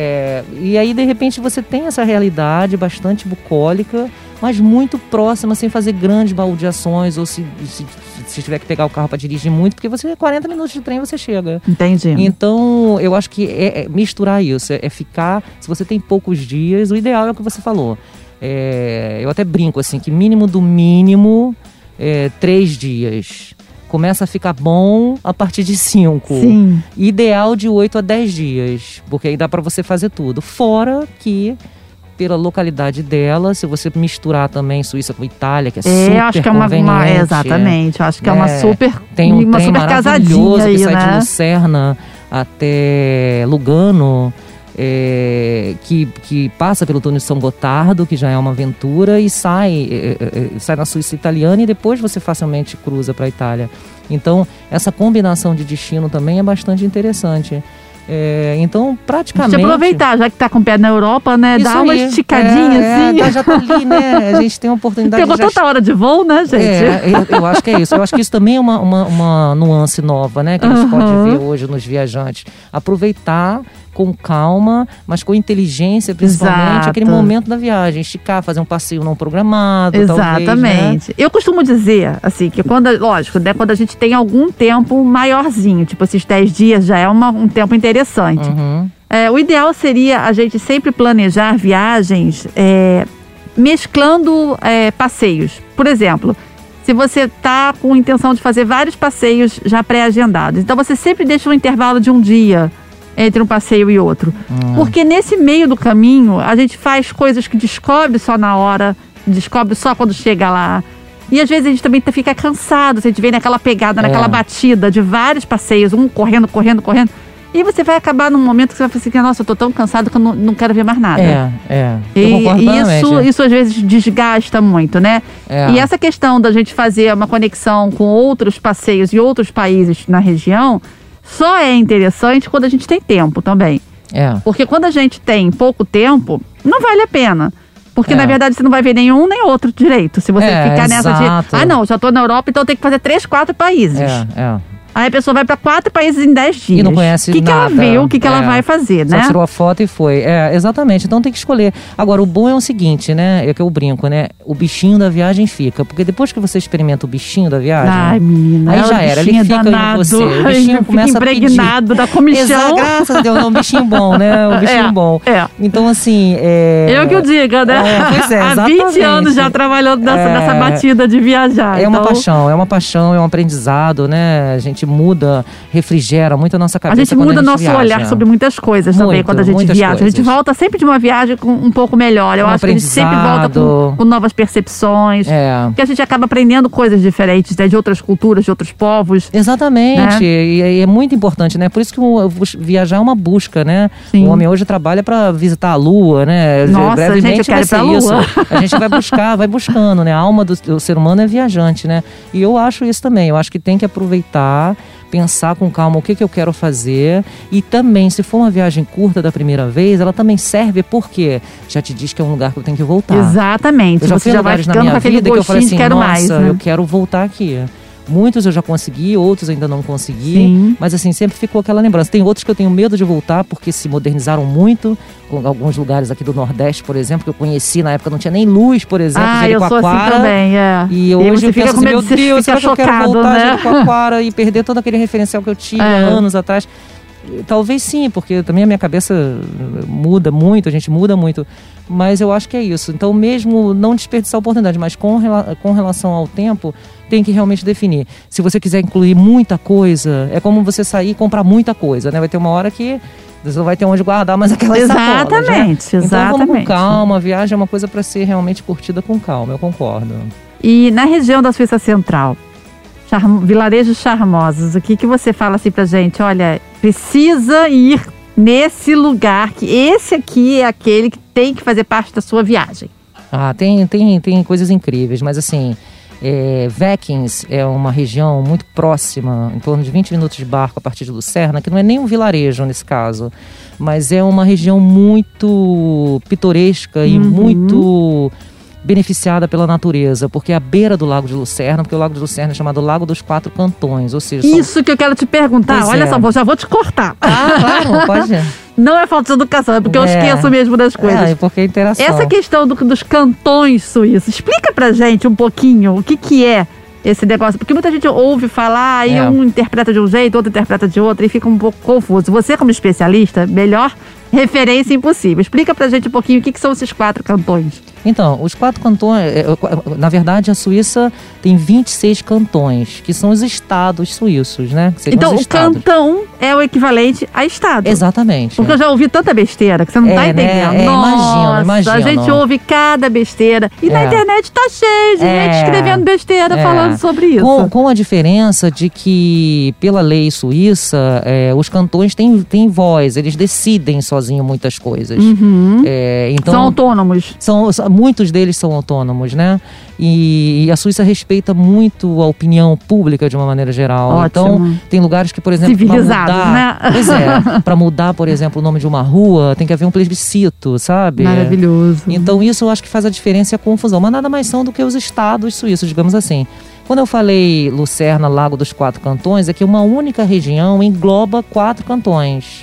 e aí, de repente, você tem essa realidade bastante bucólica, mas muito próxima, sem fazer grandes baldeações, ou se tiver que pegar o carro para dirigir muito, porque 40 minutos de trem você chega. Entendi. Então, eu acho que é misturar isso, ficar, se você tem poucos dias, o ideal é o que você falou. Eu até brinco, assim, que mínimo do mínimo... 3 dias. Começa a ficar bom a partir de 5. Sim. Ideal de 8 a 10 dias. Porque aí dá para você fazer tudo. Fora que, pela localidade dela, se você misturar também Suíça com Itália, que é super acho que conveniente. Exatamente. Acho que é uma super tem um uma trem super maravilhoso aí, que sai né? de Lucerna até Lugano. Que passa pelo túnel de São Gotardo, que já é uma aventura, e sai na Suíça italiana e depois você facilmente cruza para a Itália. Então, essa combinação de destino também é bastante interessante. Então, praticamente... Deixa eu aproveitar, já que tá com o pé na Europa, né? Dá uma esticadinha, assim. Já tá ali, né? A gente tem a oportunidade Pegou tanta hora de voo, né, gente? Eu acho que é isso. Eu acho que isso também é uma nuance nova, né? Que a gente pode ver hoje nos viajantes. Aproveitar com calma, mas com inteligência, principalmente Exato. aquele momento da viagem. Esticar, fazer um passeio não programado, Exatamente. talvez, né? Eu costumo dizer, assim, que quando a gente tem algum tempo maiorzinho, tipo esses 10 dias já é um tempo interessante. Uhum. O ideal seria a gente sempre planejar viagens mesclando passeios. Por exemplo, se você está com intenção de fazer vários passeios já pré-agendados, então você sempre deixa um intervalo de um dia entre um passeio e outro. Porque nesse meio do caminho, a gente faz coisas que descobre só na hora, descobre só quando chega lá. E às vezes a gente também fica cansado, a gente vem naquela pegada, naquela batida de vários passeios, um correndo. E você vai acabar num momento que você vai falar assim, nossa, eu tô tão cansado que eu não quero ver mais nada. Eu concordo plenamente. Isso às vezes desgasta muito, né? E essa questão da gente fazer uma conexão com outros passeios e outros países na região só é interessante quando a gente tem tempo também. Porque quando a gente tem pouco tempo, não vale a pena. Porque, na verdade, você não vai ver nenhum nem outro direito. Se você ficar nessa de... não, já tô na Europa, então eu tenho que fazer 3, 4 países. Aí a pessoa vai para 4 países em 10 dias. E não conhece nada. O que ela viu, o que ela vai fazer, né? Só tirou a foto e foi. Exatamente. Então tem que escolher. Agora, o bom é o seguinte, né? É que eu brinco, né? O bichinho da viagem fica. Porque depois que você experimenta o bichinho da viagem... Ai, menina. Aí já era. Ele fica em você. O bichinho começa impregnado da comichão. Graças a Deus. É um bichinho bom, né? Um bichinho bom. Então, assim... Eu que o diga, né? Pois é, há 20 anos já trabalhando nessa batida de viajar. Uma paixão, é um aprendizado, né? A gente muda, refrigera muito a nossa cabeça. A gente muda nosso viaja. olhar sobre muitas coisas também quando a gente viaja. Coisas. A gente volta sempre de uma viagem com um pouco melhor. Eu acho que a gente sempre volta com novas percepções. Porque a gente acaba aprendendo coisas diferentes, né, de outras culturas, de outros povos. Exatamente. Né? E é muito importante, né? Por isso que viajar é uma busca, né? Sim. O homem hoje trabalha para visitar a Lua, né? Nossa, brevemente gente, eu quero ir pra isso. Lua. A gente vai buscando, né? A alma do ser humano é viajante, né? E eu acho isso também. Eu acho que tem que aproveitar, pensar com calma o que eu quero fazer. E também, se for uma viagem curta da primeira vez, ela também serve porque já te diz que é um lugar que eu tenho que voltar. Exatamente. Eu já fui a lugares na minha vida que eu falei assim, quero nossa, mais, né? eu quero voltar aqui. Muitos eu já consegui, outros ainda não consegui. Sim. Mas assim, sempre ficou aquela lembrança. Tem outros que eu tenho medo de voltar porque se modernizaram muito. Com alguns lugares aqui do Nordeste, por exemplo, que eu conheci na época, não tinha nem luz, por exemplo, eu sou assim também, E hoje eu penso assim, meu Deus, será que eu quero voltar né? a Jericoacoara e perder todo aquele referencial que eu tinha anos atrás? Talvez sim, porque também a minha cabeça muda muito, a gente muda muito. Mas eu acho que é isso. Então, mesmo não desperdiçar a oportunidade, mas com relação ao tempo, tem que realmente definir. Se você quiser incluir muita coisa, é como você sair e comprar muita coisa, né? Vai ter uma hora que você não vai ter onde guardar mais aquelas sacolas, né? Exatamente. Então, vamos com calma. A viagem é uma coisa para ser realmente curtida com calma, eu concordo. E na região da Suíça Central, vilarejos charmosos, o que você fala assim pra gente? Olha, precisa ir nesse lugar, que esse aqui é aquele que tem que fazer parte da sua viagem. Tem coisas incríveis, mas assim, Vekins é uma região muito próxima, em torno de 20 minutos de barco a partir de Lucerna, que não é nem um vilarejo nesse caso, mas é uma região muito pitoresca e muito beneficiada pela natureza, porque é à beira do Lago de Lucerna, porque o Lago de Lucerna é chamado Lago dos Quatro Cantões, ou seja... Isso que eu quero te perguntar, olha só, já vou te cortar. Claro, pode. Não é falta de educação, é porque eu esqueço mesmo das coisas. Porque é interação. Essa questão dos cantões suíços, explica pra gente um pouquinho o que é esse negócio, porque muita gente ouve falar, aí um interpreta de um jeito, outro interpreta de outro, e fica um pouco confuso. Você, como especialista, melhor referência impossível. Explica pra gente um pouquinho o que são esses 4 cantões. Então, os 4 cantões, na verdade a Suíça tem 26 cantões, que são os estados suíços, né? Então, o cantão é o equivalente a estado. Exatamente. Porque eu já ouvi tanta besteira que você não tá entendendo. Né? Imagina. A gente ouve cada besteira. E na internet tá cheio de gente escrevendo besteira falando sobre isso. Com a diferença de que, pela lei suíça, os cantões têm voz, eles decidem sozinho muitas coisas. Então, são autônomos. Muitos deles são autônomos, né? E a Suíça respeita muito a opinião pública de uma maneira geral. Ótimo. Então, tem lugares que, por exemplo, civilizados, né? Pois para mudar, por exemplo, o nome de uma rua, tem que haver um plebiscito, sabe? Maravilhoso. Então, isso eu acho que faz a diferença e a confusão. Mas nada mais são do que os estados suíços, digamos assim. Quando eu falei Lucerna, Lago dos Quatro Cantões, é que uma única região engloba 4 cantões.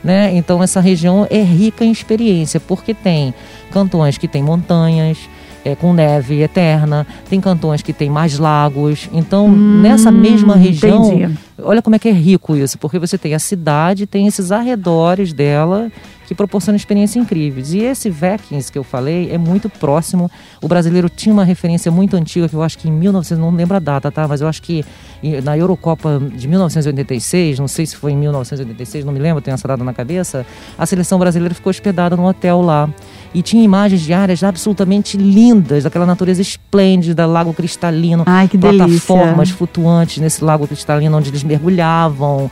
né? Então essa região é rica em experiência, porque tem cantões que tem montanhas, com neve eterna, tem cantões que tem mais lagos. Então, nessa mesma região, entendi. Olha como é que é rico isso, porque você tem a cidade, tem esses arredores dela que proporcionam experiências incríveis. E esse Vikings que eu falei é muito próximo. O brasileiro tinha uma referência muito antiga, que eu acho que em 1900, não lembro a data, tá? Mas eu acho que na Eurocopa de 1986, não sei se foi em 1986, não me lembro, tenho essa data na cabeça, a seleção brasileira ficou hospedada num hotel lá. E tinha imagens de áreas absolutamente lindas, daquela natureza esplêndida, lago cristalino, Ai, que plataformas delícia. flutuantes nesse lago cristalino onde eles mergulhavam,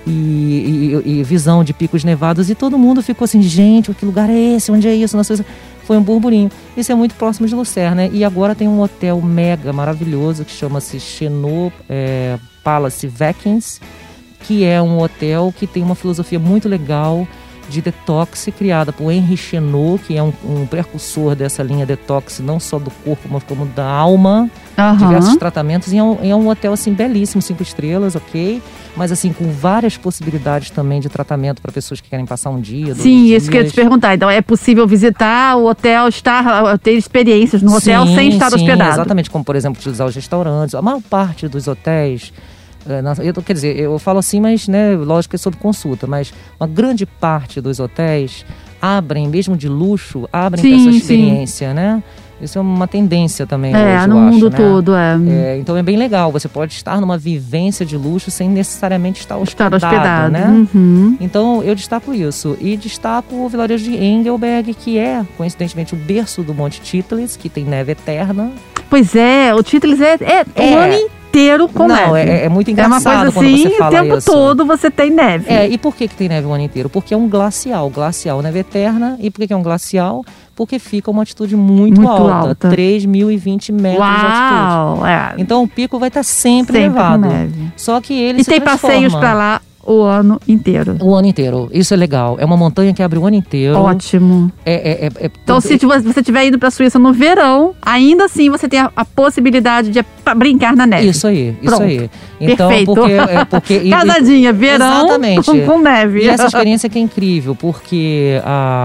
e visão de picos nevados, e todo mundo ficou assim, gente, que lugar é esse? Onde é isso? Nossa, foi um burburinho. Isso é muito próximo de Lucerna, né? E agora tem um hotel mega maravilhoso que chama-se Chenot Palace Vikings, que é um hotel que tem uma filosofia muito legal de detox, criada por Henri Chenot, que é um precursor dessa linha detox, não só do corpo, mas como da alma. Diversos tratamentos, e é um hotel assim belíssimo, 5 estrelas, ok? Mas assim, com várias possibilidades também de tratamento para pessoas que querem passar um dia, 2 Sim, dias. isso que eu ia te perguntar. Então é possível visitar o hotel, ter experiências no hotel sem estar hospedado? Exatamente, como por exemplo utilizar os restaurantes. A maior parte dos hotéis, quer dizer, eu falo assim, mas né, lógico que é sob consulta, mas uma grande parte dos hotéis abrem, mesmo de luxo, abrem para essa experiência, né? Isso é uma tendência também hoje, no eu mundo acho, todo, então é bem legal, você pode estar numa vivência de luxo sem necessariamente estar hospedado, né? Uhum. Então eu destaco isso, e destaco o vilarejo de Engelberg, que é, coincidentemente, o berço do Monte Titlis, que tem neve eterna. Pois é, o Titlis é o ano inteiro com neve. É muito engraçado uma coisa quando assim, você fala o tempo isso. todo você tem neve. E por que tem neve o ano inteiro? Porque é um glacial, neve eterna. E por que é um glacial? Porque fica uma altitude muito alta. 3.020 metros de altitude. Então o pico vai estar sempre elevado. Com neve. Só que ele e se tem transforma. passeios para lá o ano inteiro. O ano inteiro. Isso é legal. É uma montanha que abre o ano inteiro. Ótimo. Então, se você estiver indo para a Suíça no verão, ainda assim você tem a possibilidade de brincar na neve. Isso aí. Então, perfeito. Porque Casadinha, verão com neve. E essa experiência que é incrível, porque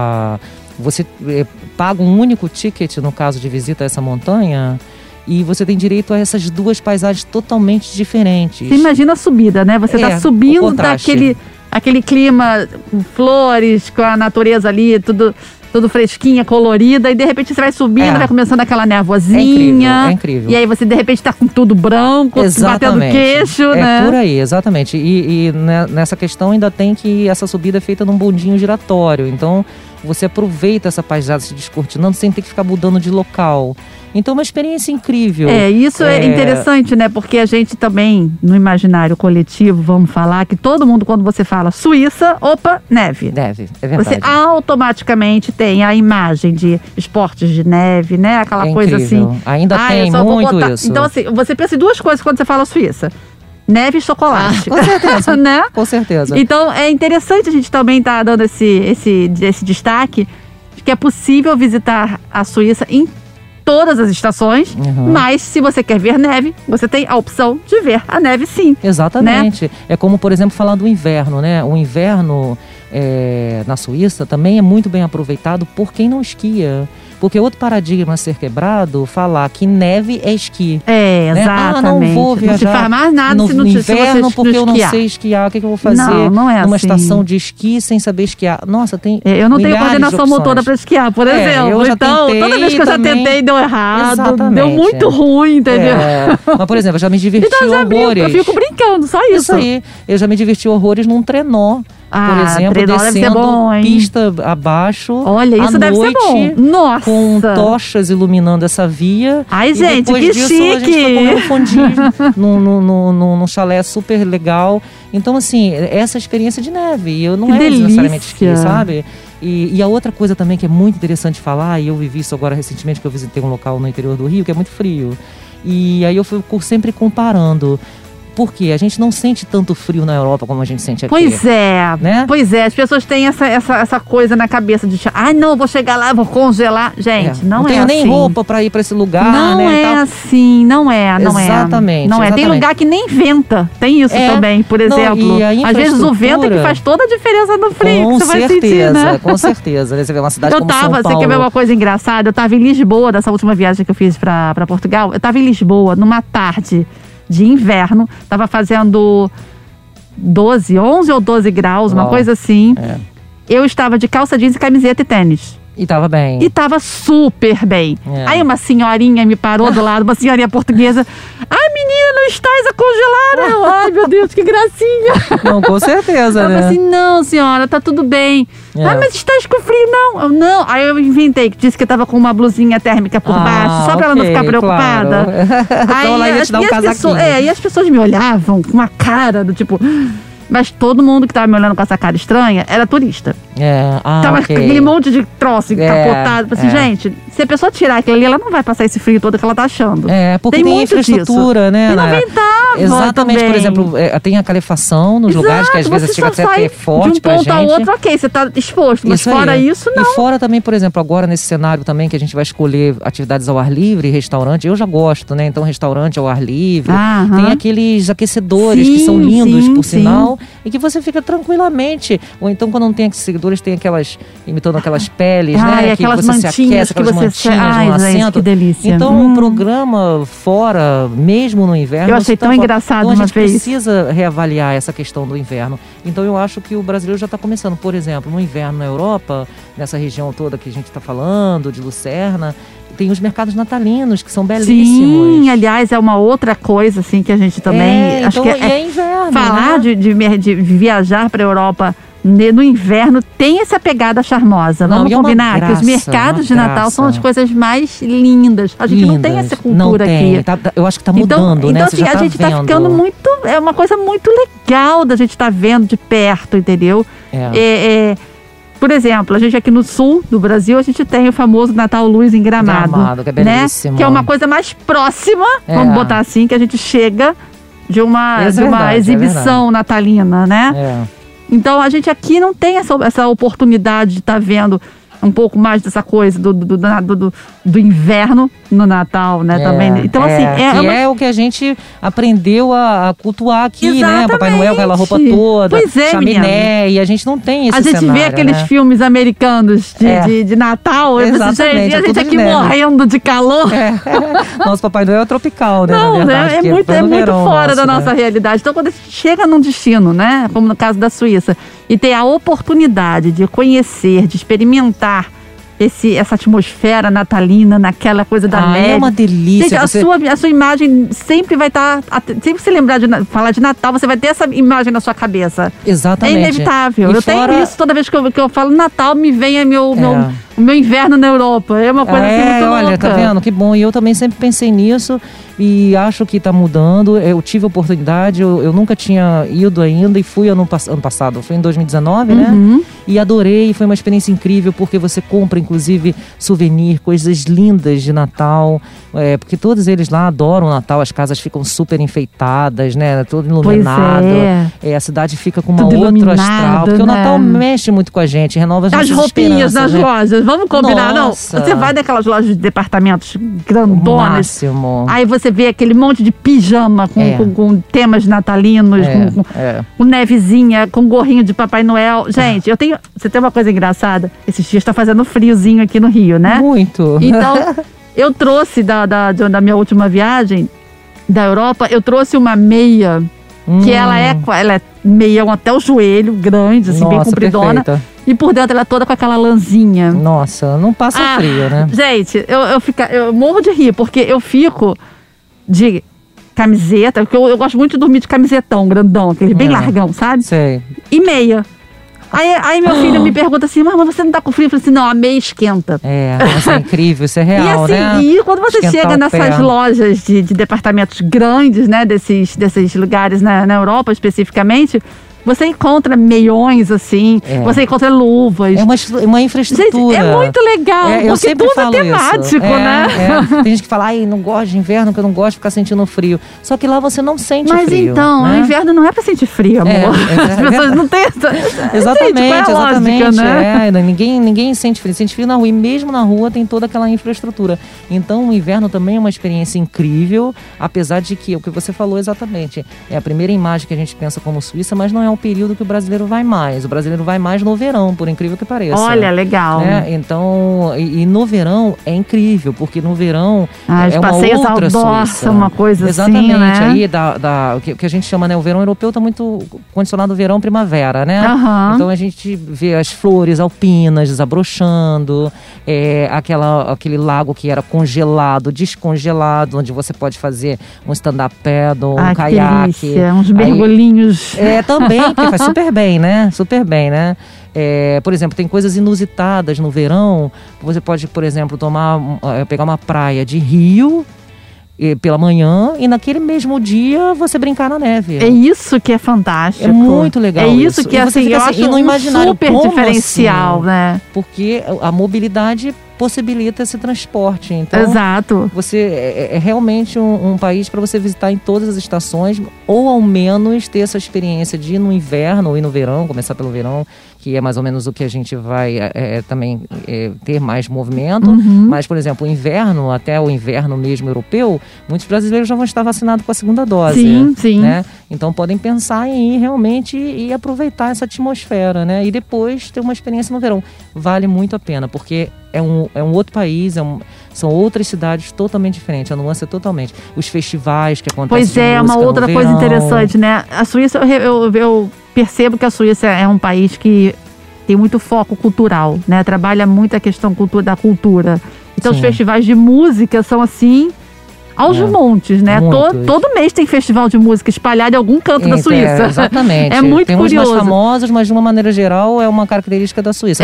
você paga um único ticket, no caso de visita a essa montanha, e você tem direito a essas duas paisagens totalmente diferentes. Você imagina a subida, né? Você está subindo daquele clima com flores, com a natureza ali, tudo fresquinha, colorida, e de repente você vai subindo, vai começando aquela névoazinha. É incrível. E aí você de repente está com tudo branco, batendo queixo, né? É por aí, exatamente. E nessa questão ainda tem que essa subida é feita num bondinho giratório. Então você aproveita essa paisagem se descortinando sem ter que ficar mudando de local. Então, uma experiência incrível. Isso é interessante, né? Porque a gente também, no imaginário coletivo, vamos falar que todo mundo, quando você fala Suíça, opa, neve. Neve, é verdade. Você automaticamente tem a imagem de esportes de neve, né? Aquela coisa incrível. assim. Ainda tem muito isso. Então, assim, você pensa em duas coisas quando você fala Suíça. Neve e chocolate. Com certeza. né? Com certeza. Então, é interessante a gente também estar dando esse destaque de que é possível visitar a Suíça em todas as estações, mas se você quer ver neve, você tem a opção de ver a neve sim. Exatamente. Né? É como, por exemplo, falar do inverno, né? O inverno na Suíça também é muito bem aproveitado por quem não esquia. Porque outro paradigma a ser quebrado, falar que neve é esqui. Exatamente. Não vou viajar não se faz mais nada no se não inverno se porque eu não esquiar. sei esquiar. O que eu vou fazer não é numa assim. estação de esqui sem saber esquiar? Nossa, tem eu não tenho milhares coordenação de motora para esquiar, por exemplo. Eu já então, tentei, toda vez que eu já tentei, deu errado. Exatamente. Deu muito ruim, entendeu? Mas, por exemplo, eu já me diverti horrores. Eu fico brincando, só isso. Isso aí. Eu já me diverti horrores num trenó. Por exemplo, trenó deve ser descendo bom, hein? pista abaixo. Olha, isso à deve noite, ser bom. Nossa! Com tochas iluminando essa via. Ai, gente, depois que disso, chique! A gente foi comer um fondue num chalé super legal. Então, assim, essa experiência de neve. E eu não é necessariamente esqui, sabe? E a outra coisa também que é muito interessante falar, e eu vivi isso agora recentemente, que eu visitei um local no interior do Rio, que é muito frio. E aí eu fico sempre comparando. Por quê? A gente não sente tanto frio na Europa como a gente sente aqui. Pois é, né? Pois é. As pessoas têm essa coisa na cabeça de, não, vou chegar lá, vou congelar. Gente, não é assim. Não tenho nem roupa pra ir pra esse lugar, não, né? É assim, não é. Exatamente. Não é. Tem lugar que nem venta. Tem isso também, por exemplo. Às vezes o vento é que faz toda a diferença no frio. Com que você vai sentir, né? Com certeza. Você vê uma cidade como São Paulo. Você quer ver uma coisa engraçada? Eu tava em Lisboa, dessa última viagem que eu fiz pra Portugal. Eu tava em Lisboa, numa tarde de inverno. Tava fazendo 11 ou 12 graus, uma coisa assim. Eu estava de calça jeans e camiseta e tênis. E tava bem. E tava super bem. Aí uma senhorinha me parou do lado, uma senhorinha portuguesa. Ai, menina, não estás a congelar? Ai, meu Deus, que gracinha. Não, com certeza, eu né? Eu falei assim, não, senhora, tá tudo bem. Mas estás com frio, não? Não. Aí eu inventei, que disse que eu tava com uma blusinha térmica por baixo, só pra ela não ficar preocupada. Claro. Aí, então ela ia te dar um casaquinho. E as pessoas me olhavam com uma cara do tipo... Mas todo mundo que tava me olhando com essa cara estranha era turista. Tava aquele monte de troço encapotado. Assim, gente, se a pessoa tirar aquilo ali, ela não vai passar esse frio todo que ela tá achando. Porque tem disso. infraestrutura, né? E não ventava. Exatamente, também. Por exemplo, tem a calefação nos lugares que às vezes chega até a ter forte pra gente. De um ponto a outro, ok, você tá exposto. Mas fora isso, não. E fora também, por exemplo, agora nesse cenário também que a gente vai escolher atividades ao ar livre, restaurante, eu já gosto, né? Então, restaurante ao ar livre. Tem aqueles aquecedores que são lindos, por sinal. E que você fica tranquilamente. Ou então, quando não tem aquecedores, tem aquelas, imitando aquelas peles, né? Que aquelas você se aquece, aquelas mantinhas no assento. Que delícia. Então, o programa fora, mesmo no inverno... Eu achei tão engraçado então, uma a gente vez. precisa reavaliar essa questão do inverno. Então, eu acho que o brasileiro já está começando. Por exemplo, no inverno na Europa, nessa região toda que a gente está falando, de Lucerna... Tem os mercados natalinos, que são belíssimos. Sim, aliás, é uma outra coisa, assim, que a gente também... acho que é inverno, falar, né? de viajar para a Europa no inverno tem essa pegada charmosa. Vamos combinar que os mercados de Natal são as coisas mais lindas. A gente não tem essa cultura aqui. Eu acho que está mudando, né? Então, assim, a gente está ficando muito... É uma coisa muito legal da gente estar vendo de perto, entendeu? Por exemplo, a gente aqui no sul do Brasil, a gente tem o famoso Natal Luz em Gramado. Que é belíssimo. Né? Que é uma coisa mais próxima, vamos botar assim, que a gente chega de uma exibição natalina, né? Então, a gente aqui não tem essa oportunidade de estar vendo um pouco mais dessa coisa do inverno no Natal, né? Também. Então, assim... é o que a gente aprendeu a cultuar aqui, Exatamente. Né? Papai Noel com aquela roupa toda, chaminé, menina. E a gente não tem esse cenário, A gente vê aqueles filmes americanos de Natal, e a gente aqui morrendo de calor. Nosso Papai Noel é tropical, né? Não, verdade, é muito fora da nossa realidade. Então, quando a gente chega num destino, né? Como no caso da Suíça, e tem a oportunidade de conhecer, de experimentar essa atmosfera natalina, naquela coisa da neve. É uma delícia. Gente, a sua imagem sempre vai estar... Sempre que você lembrar de falar de Natal, você vai ter essa imagem na sua cabeça. Exatamente. É inevitável. Eu tenho isso toda vez que eu falo Natal, me vem o meu inverno na Europa. É uma coisa assim muito louca. Olha, tá vendo? Que bom. E eu também sempre pensei nisso e acho que tá mudando. Eu tive a oportunidade, eu nunca tinha ido ainda e fui ano passado. Foi em 2019, né? E adorei. Foi uma experiência incrível porque você compra, inclusive, souvenir, coisas lindas de Natal. Porque todos eles lá adoram o Natal. As casas ficam super enfeitadas, né? Todo iluminado. A cidade fica com uma outra astral. Porque o Natal mexe muito com a gente, renova as nossas roupinhas nas lojas. Vamos combinar, Nossa. não? Você vai naquelas lojas de departamentos grandonas. Máximo. Aí você vê aquele monte de pijama com temas natalinos, com nevezinha, com gorrinho de Papai Noel. Gente, você tem uma coisa engraçada. Esses dias está fazendo friozinho aqui no Rio, né? Muito. Então, eu trouxe da minha última viagem da Europa, eu trouxe uma meia que ela é meião até o joelho, grande, assim, bem compridona. Perfeita. E por dentro ela é toda com aquela lãzinha. Nossa, não passa frio, né? Gente, eu morro de rir, porque eu fico de camiseta, porque eu gosto muito de dormir de camisetão, grandão, aquele bem largão, sabe? Sei. E meia. Aí meu filho me pergunta assim, mas você não tá com frio? Eu falei assim, não, a meia esquenta. Isso é incrível, isso é real, e assim, né? E quando você chega nessas lojas de departamentos grandes, né, desses lugares na Europa especificamente, Você encontra meiões, assim, você encontra luvas. É uma infraestrutura. Gente, é muito legal, eu porque sempre tudo falo é temático, isso. né? Tem gente que fala, não gosto de inverno, que eu não gosto de ficar sentindo frio. Só que lá você não sente Mas frio. Mas então, né? o inverno não é pra sentir frio, amor. As pessoas não têm essa... Exatamente, Gente, qual é a lógica, né? Ninguém sente frio na rua. E mesmo na rua tem toda aquela infraestrutura. Então o inverno também é uma experiência incrível, apesar de que, o que você falou exatamente, é a primeira imagem que a gente pensa como Suíça, mas não é o período que o brasileiro vai mais. O brasileiro vai mais no verão, por incrível que pareça. Olha, legal. Né? Então, e no verão é incrível, porque no verão é uma outra Suíça. Uma coisa exatamente, assim, né? Aí o que a gente chama, né? O verão europeu está muito condicionado ao verão-primavera, né? Então a gente vê as flores alpinas desabrochando, aquele lago que era congelado, descongelado, onde você pode fazer um stand-up paddle, um caiaque. Uns mergulhinhos. Também, porque faz super bem, né? Super bem, né? Por exemplo, tem coisas inusitadas no verão. Você pode, por exemplo, pegar uma praia de rio pela manhã e naquele mesmo dia você brincar na neve. É isso que é fantástico. É muito legal. É isso que assim, eu acho super diferencial, assim, né? Porque a mobilidade possibilita esse transporte. Então, exato. Você é realmente um país para você visitar em todas as estações, ou ao menos ter essa experiência de ir no inverno ou ir no verão, começar pelo verão, que é mais ou menos o que a gente vai também ter mais movimento. Mas, por exemplo, o inverno, até o inverno mesmo europeu, muitos brasileiros já vão estar vacinados com a segunda dose. Sim, sim. Né? Então podem pensar em ir realmente e aproveitar essa atmosfera, né? E depois ter uma experiência no verão. Vale muito a pena, porque é um outro país, são outras cidades totalmente diferentes, a nuance é totalmente. Os festivais que acontecem. Pois é, uma outra coisa interessante, né? A Suíça, eu percebo que a Suíça é um país que tem muito foco cultural, né? Trabalha muito a questão da cultura. Então os festivais de música são assim, aos montes, né? Todo mês tem festival de música espalhado em algum canto da Suíça. Exatamente. É muito curioso. Tem uns mais famosos, mas de uma maneira geral é uma característica da Suíça.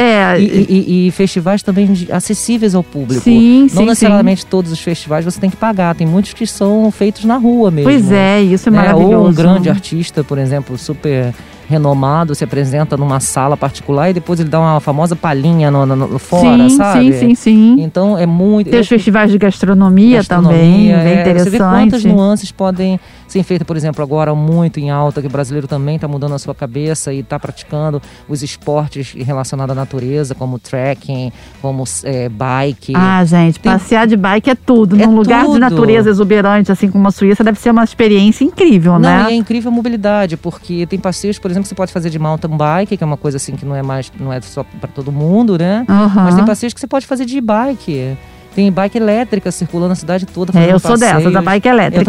E festivais também acessíveis ao público. Sim, não necessariamente todos os festivais você tem que pagar. Tem muitos que são feitos na rua mesmo. Pois é, isso é maravilhoso. Ou um grande artista, por exemplo, super renomado, se apresenta numa sala particular e depois ele dá uma famosa palhinha fora, sabe? Sim. Então é muito... Tem os festivais de gastronomia também, bem interessante. Você vê quantas nuances podem ser feitas, por exemplo, agora muito em alta, que o brasileiro também está mudando a sua cabeça e está praticando os esportes relacionados à natureza, como trekking, como bike. Gente, passear de bike é tudo. Num lugar de natureza exuberante, assim como a Suíça, deve ser uma experiência incrível, né? Não, e é incrível a mobilidade, porque tem passeios, por exemplo, que você pode fazer de mountain bike, que é uma coisa assim que não é só para todo mundo, né? Mas tem passeios que você pode fazer de bike. Tem bike elétrica circulando a cidade toda. Eu sou dessa, da bike elétrica.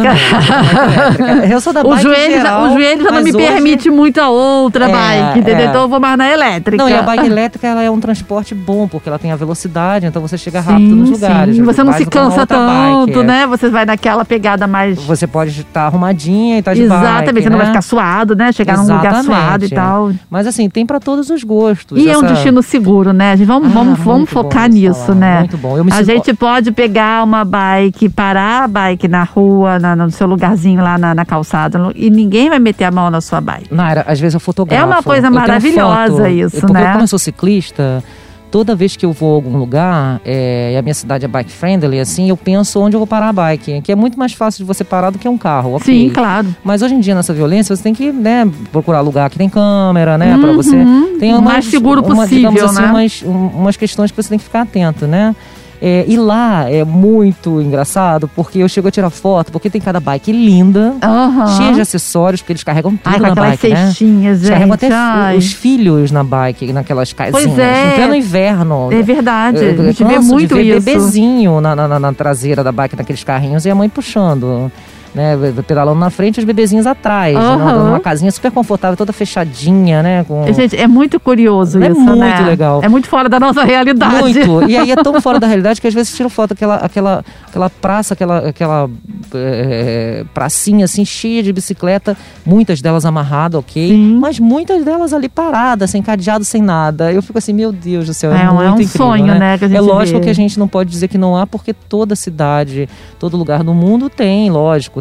Eu sou da bike geral. O joelho já não me permite muito a outra bike, entendeu? Então eu vou mais na elétrica. Não, e a bike elétrica ela é um transporte bom, porque ela tem a velocidade, então você chega rápido nos lugares. Você não se cansa tanto, né? Você vai naquela pegada mais... Você pode estar arrumadinha e estar de bike. Exatamente, você não vai ficar suado, né? Chegar num lugar suado e tal. Mas assim, tem para todos os gostos. E é um destino seguro, né? Vamos focar nisso, né? Muito bom. A gente pode pegar uma bike, parar a bike na rua, no seu lugarzinho lá na calçada, e ninguém vai meter a mão na sua bike. Naira, às vezes eu fotografo. É uma coisa maravilhosa isso, porque né? Como eu sou ciclista, toda vez que eu vou a algum lugar, e a minha cidade é bike friendly, assim, eu penso onde eu vou parar a bike, que é muito mais fácil de você parar do que um carro, ok? Sim, claro. Mas hoje em dia, nessa violência, você tem que, né, procurar lugar que tem câmera, né, pra você... Tem o mais seguro possível, digamos assim, né? umas questões que você tem que ficar atento, né? E lá é muito engraçado, porque eu chego a tirar foto, porque tem cada bike linda, cheia de acessórios, porque eles carregam tudo na bike, né? Cestinhas, eles carregam até os filhos na bike, naquelas casinhas. Pois é. Em pleno inverno. É verdade, a gente vê muito isso. Bebezinho na traseira da bike, naqueles carrinhos, e a mãe puxando. Né, pedalando na frente e os bebezinhos atrás, numa casinha super confortável, toda fechadinha, né? Gente, é muito curioso isso, né? É muito legal. É muito fora da nossa realidade. Muito. E aí é tão fora da realidade que às vezes tira foto aquela praça, aquela pracinha assim, cheia de bicicleta, muitas delas amarradas, ok? Sim. Mas muitas delas ali paradas, sem cadeado, sem nada. Eu fico assim, meu Deus do céu, é muito incrível, sonho, né? Que a gente lógico vê. Que a gente não pode dizer que não há, porque toda cidade, todo lugar do mundo tem, lógico,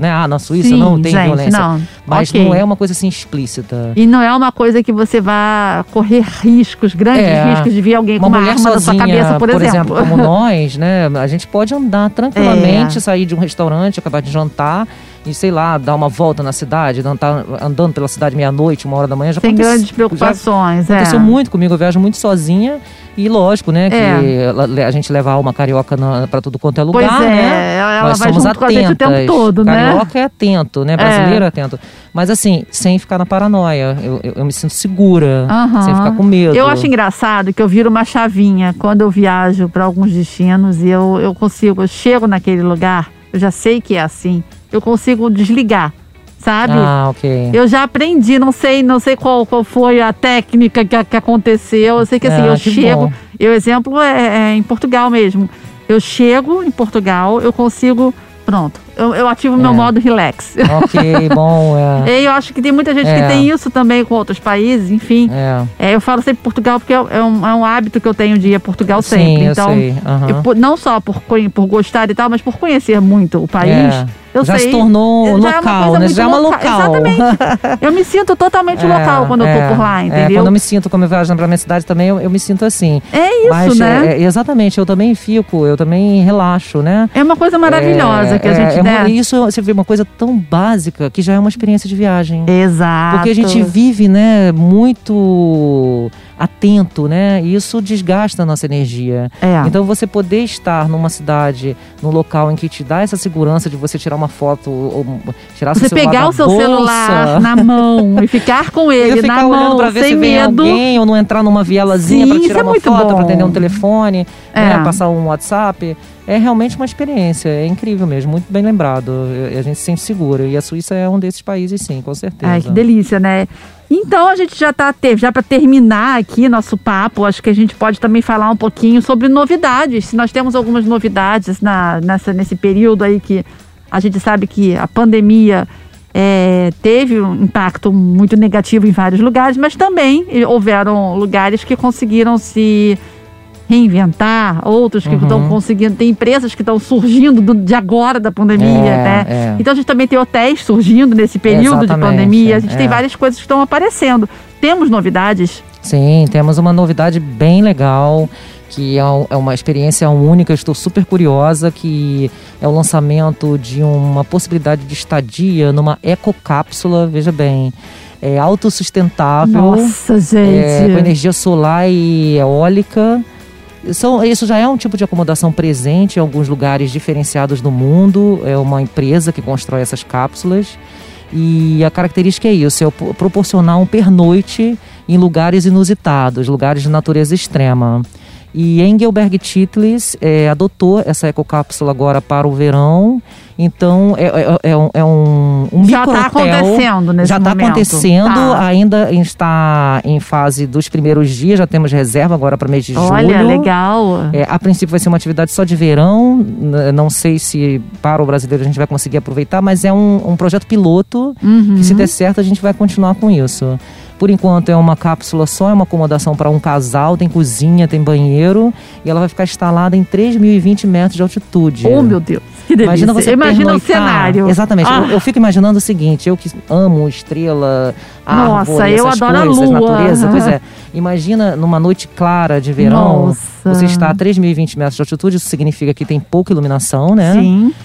né? Na Suíça Sim, não tem gente, violência. não. Mas Ok. não é uma coisa assim explícita. E não é uma coisa que você vá correr riscos, grandes riscos de ver alguém com uma mulher arma na sua cabeça, por exemplo. como nós, né? A gente pode andar tranquilamente, sair de um restaurante, acabar de jantar e, sei lá, dar uma volta na cidade, andando pela cidade meia-noite, 1h da manhã. Sem grandes preocupações. Aconteceu muito comigo, eu viajo muito sozinha. E lógico, né, que a gente leva a alma carioca pra tudo quanto é lugar, pois né? Ela Nós vai somos junto com a gente o tempo todo, né? Carioca é atento, né? Brasileiro é atento. Mas assim, sem ficar na paranoia. Eu me sinto segura, sem ficar com medo. Eu acho engraçado que eu viro uma chavinha quando eu viajo para alguns destinos e eu chego naquele lugar, eu já sei que é assim, eu consigo desligar. Sabe? Ok. Eu já aprendi, não sei qual foi a técnica que aconteceu. Eu sei que assim, eu chego. O exemplo é em Portugal mesmo. Eu chego em Portugal, eu consigo. Pronto. Eu ativo meu modo relax. Ok, bom. E eu acho que tem muita gente que tem isso também com outros países, enfim. Eu falo sempre Portugal porque é um hábito que eu tenho de ir a Portugal sempre. Sim, então, eu sei. não só por gostar e tal, mas por conhecer muito o país. Já se tornou local, né? Já é uma local. Exatamente. Eu me sinto totalmente local quando eu tô por lá, entendeu? Quando eu me sinto, como eu viajo pra minha cidade também, eu me sinto assim. É isso, né? Exatamente, eu também relaxo, né? É uma coisa maravilhosa que a gente isso, você vê, uma coisa tão básica que já é uma experiência de viagem. Exato. Porque a gente vive, né, muito atento, né? E isso desgasta a nossa energia. Então você poder estar numa cidade, num local em que te dá essa segurança de você tirar uma foto ou tirar você seu celular pegar da o seu bolsa, celular na mão e ficar com ele na mão, olhando pra ver sem se vem medo. alguém, ou não entrar numa vielazinha para tirar uma foto, para atender um telefone, né, passar um WhatsApp. É realmente uma experiência, é incrível mesmo, muito bem lembrado. A gente se sente seguro. E a Suíça é um desses países, sim, com certeza. Ai, que delícia, né? Então a gente já para terminar aqui nosso papo, acho que a gente pode também falar um pouquinho sobre novidades. Se nós temos algumas novidades nesse período aí que a gente sabe que a pandemia teve um impacto muito negativo em vários lugares, mas também houveram lugares que conseguiram se reinventar, outros que estão conseguindo, tem empresas que estão surgindo de agora da pandemia, né? Então a gente também tem hotéis surgindo nesse período de pandemia, a gente tem várias coisas que estão aparecendo. Temos novidades? Sim, temos uma novidade bem legal, que é uma experiência única. Eu estou super curiosa, que é o lançamento de uma possibilidade de estadia numa ecocápsula, veja bem. É autossustentável. Nossa, gente! Com energia solar e eólica. Isso já é um tipo de acomodação presente em alguns lugares diferenciados do mundo. É uma empresa que constrói essas cápsulas. E a característica é isso, proporcionar um pernoite em lugares inusitados, lugares de natureza extrema. E Engelberg Titlis adotou essa ecocápsula agora para o verão. Então é um micro-hotel. Já está acontecendo nesse momento. Já está acontecendo, ainda está em fase dos primeiros dias, já temos reserva agora para mês de julho. Olha, legal. A princípio vai ser uma atividade só de verão, não sei se para o brasileiro a gente vai conseguir aproveitar, mas é um projeto piloto, que se der certo a gente vai continuar com isso. Por enquanto é uma cápsula só, é uma acomodação para um casal, tem cozinha, tem banheiro, e ela vai ficar instalada em 3.020 metros de altitude. Oh, meu Deus, que delícia. Imagina o cenário. Exatamente, eu fico imaginando o seguinte, eu que amo estrela, árvore, nossa, eu adoro coisas, a lua. Natureza, pois é. Imagina numa noite clara de verão, você está a 3.020 metros de altitude, isso significa que tem pouca iluminação, né? Sim.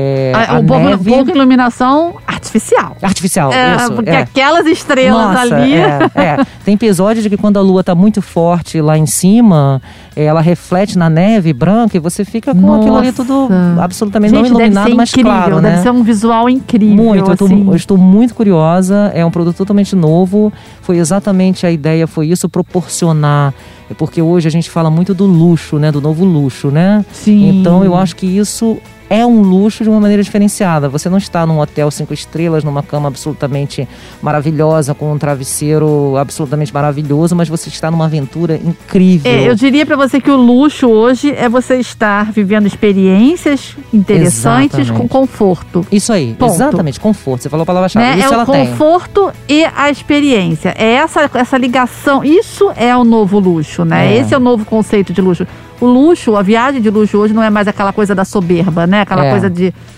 Pouca iluminação artificial. Artificial, isso. Porque aquelas estrelas ali... Tem episódio de que quando a lua está muito forte lá em cima, ela reflete na neve branca e você fica com aquilo ali tudo absolutamente não iluminado, mas claro, né? Deve ser um visual incrível. Muito, eu estou muito curiosa, é um produto totalmente novo, foi exatamente a ideia, foi isso, proporcionar, porque hoje a gente fala muito do luxo, né, do novo luxo, né? Sim. Então eu acho que isso é um luxo de uma maneira diferenciada. Você não está num hotel 5 estrelas, numa cama absolutamente maravilhosa, com um travesseiro absolutamente maravilhoso, mas você está numa aventura incrível. Eu diria para você que o luxo hoje é você estar vivendo experiências interessantes com conforto. Isso aí, ponto. Exatamente, conforto. Você falou a palavra-chave. Isso ela tem. É o conforto e a experiência. É essa ligação. Isso é o novo luxo, né? Esse é o novo conceito de luxo. O luxo, a viagem de luxo hoje não é mais aquela coisa da soberba, né? Aquela coisa de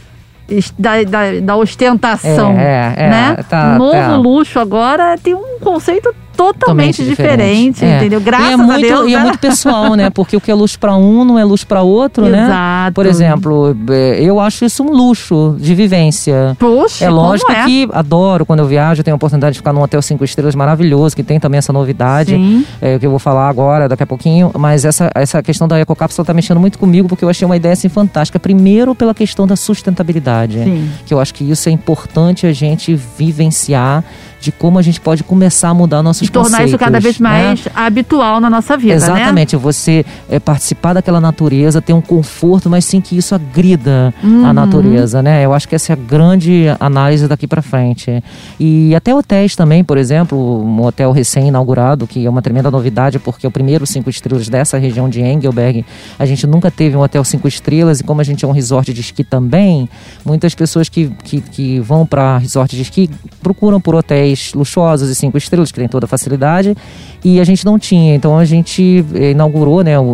da ostentação, né? Novo luxo agora tem um conceito totalmente diferente, entendeu? Graças a Deus. E é muito pessoal, né? Porque o que é luxo para um não é luxo para outro, né? Exato. Por exemplo, eu acho isso um luxo de vivência. Poxa, é lógico que adoro quando eu viajo, eu tenho a oportunidade de ficar num hotel 5 estrelas maravilhoso, que tem também essa novidade, que eu vou falar agora, daqui a pouquinho, mas essa questão da ecocápsula tá mexendo muito comigo, porque eu achei uma ideia assim fantástica. Primeiro pela questão da sustentabilidade, que eu acho que isso é importante a gente vivenciar, de como a gente pode começar a mudar nossos conceitos. Tornar isso cada vez mais habitual na nossa vida, Exatamente, né? Você participar daquela natureza, ter um conforto, mas sem que isso agrida a natureza, né? Eu acho que essa é a grande análise daqui para frente. E até hotéis também, por exemplo, um hotel recém-inaugurado, que é uma tremenda novidade, porque é o primeiro 5 estrelas dessa região de Engelberg. A gente nunca teve um hotel 5 estrelas, e como a gente é um resort de esqui também, muitas pessoas que vão para resort de esqui procuram por hotéis luxuosos e 5 estrelas, que tem toda a facilidade, e a gente não tinha. Então a gente inaugurou, né,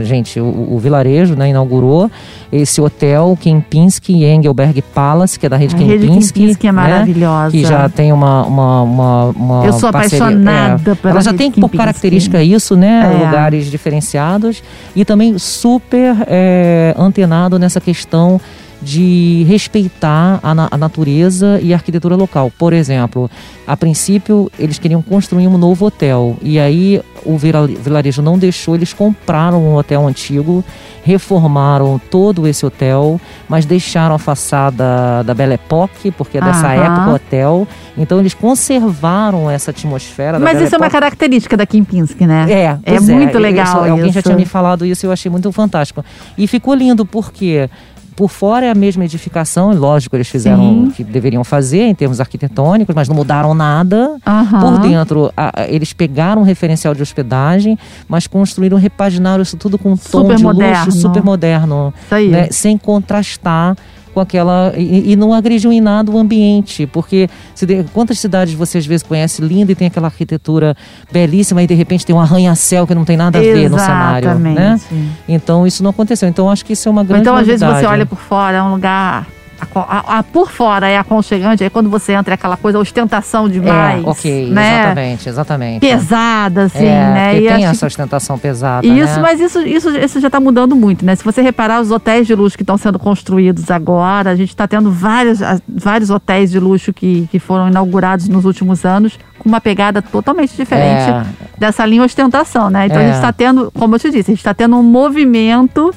o vilarejo, né, inaugurou esse hotel Kempinski Engelberg Palace, que é da rede Kempinski. Kempinski é maravilhosa. Que já tem uma eu sou parceria, apaixonada pela ela já tem por característica isso, né? Lugares diferenciados e também super antenado nessa questão de respeitar a natureza e a arquitetura local. Por exemplo, a princípio eles queriam construir um novo hotel, e aí o vilarejo não deixou, eles compraram um hotel antigo, reformaram todo esse hotel, mas deixaram a façada da Belle Époque, porque é dessa época o hotel, então eles conservaram essa atmosfera. Mas isso é uma característica da Kempinski, né? É muito legal isso. Alguém já tinha me falado isso e eu achei muito fantástico. E ficou lindo porque por fora é a mesma edificação, e lógico, eles fizeram o que deveriam fazer em termos arquitetônicos, mas não mudaram nada. Por dentro, eles pegaram um referencial de hospedagem, mas construíram, repaginaram isso tudo com um tom de luxo super moderno, né? Sem contrastar com aquela... E não agrediu em nada o ambiente, porque quantas cidades você às vezes conhece linda e tem aquela arquitetura belíssima e de repente tem um arranha-céu que não tem nada a ver no cenário, né? Então isso não aconteceu. Então acho que isso é uma grande novidade. Às vezes você olha por fora, é um lugar... por fora é aconchegante, aí quando você entra é aquela coisa, ostentação demais. Né? Exatamente. Pesada, assim, né? Porque tem essa ostentação pesada, isso, né? Mas isso já está mudando muito, né? Se você reparar, os hotéis de luxo que estão sendo construídos agora, a gente está tendo vários hotéis de luxo que foram inaugurados nos últimos anos, com uma pegada totalmente diferente dessa linha ostentação, né? Então a gente está tendo, como eu te disse, a gente está tendo um movimento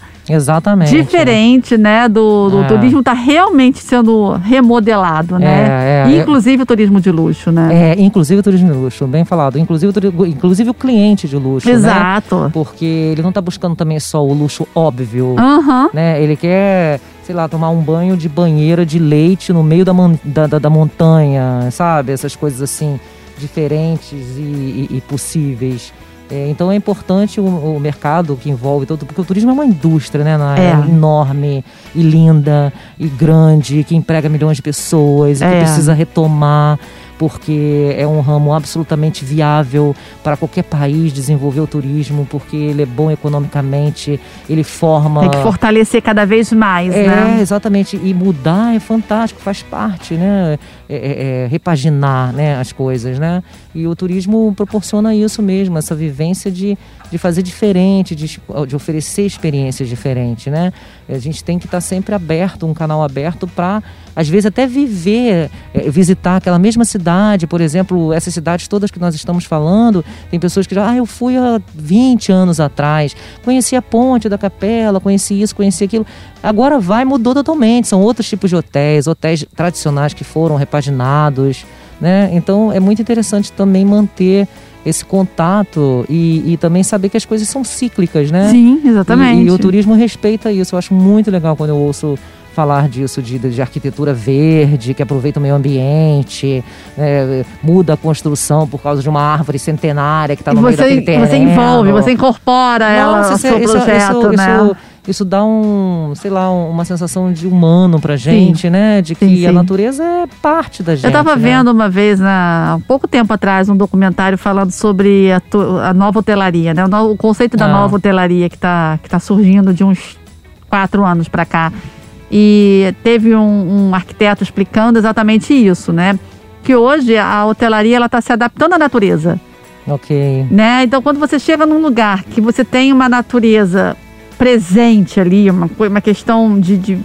diferente, né? Do turismo está realmente sendo remodelado, né? Inclusive o turismo de luxo, né? Inclusive o turismo de luxo, bem falado. Inclusive o cliente de luxo, exato, né? Porque ele não está buscando também só o luxo óbvio, né? Ele quer, sei lá, tomar um banho de banheira de leite no meio da montanha, sabe? Essas coisas assim, diferentes e possíveis. Então é importante o mercado que envolve todo, porque o turismo é uma indústria, né? É enorme e linda e grande, que emprega milhões de pessoas e que precisa retomar, porque é um ramo absolutamente viável para qualquer país desenvolver o turismo, porque ele é bom economicamente, ele forma... Tem que fortalecer cada vez mais, né? Exatamente. E mudar é fantástico, faz parte, né? Repaginar, né, as coisas, né? E o turismo proporciona isso mesmo, essa vivência de fazer diferente, de oferecer experiências diferentes, né? A gente tem que estar sempre aberto, um canal aberto para, às vezes, até visitar aquela mesma cidade, por exemplo, essas cidades todas que nós estamos falando, tem pessoas que já, eu fui há 20 anos atrás, conheci a Ponte da Capela, conheci isso, conheci aquilo. Agora mudou totalmente, são outros tipos de hotéis tradicionais que foram repaginados, né? Então é muito interessante também manter esse contato e também saber que as coisas são cíclicas, né? Sim, exatamente. E o turismo respeita isso. Eu acho muito legal quando eu ouço falar disso, de arquitetura verde, que aproveita o meio ambiente, muda a construção por causa de uma árvore centenária que está no meio daquele terreno. Você envolve, você incorpora ela no seu projeto, né? Isso dá uma sensação de humano pra gente, né? De que a natureza é parte da gente. Eu estava vendo uma vez, há pouco tempo atrás, um documentário falando sobre a nova hotelaria, né? O conceito da nova hotelaria que tá surgindo de uns 4 anos para cá. E teve um arquiteto explicando exatamente isso, né? Que hoje a hotelaria está se adaptando à natureza. Ok. Né? Então, quando você chega num lugar que você tem uma natureza presente ali, uma questão de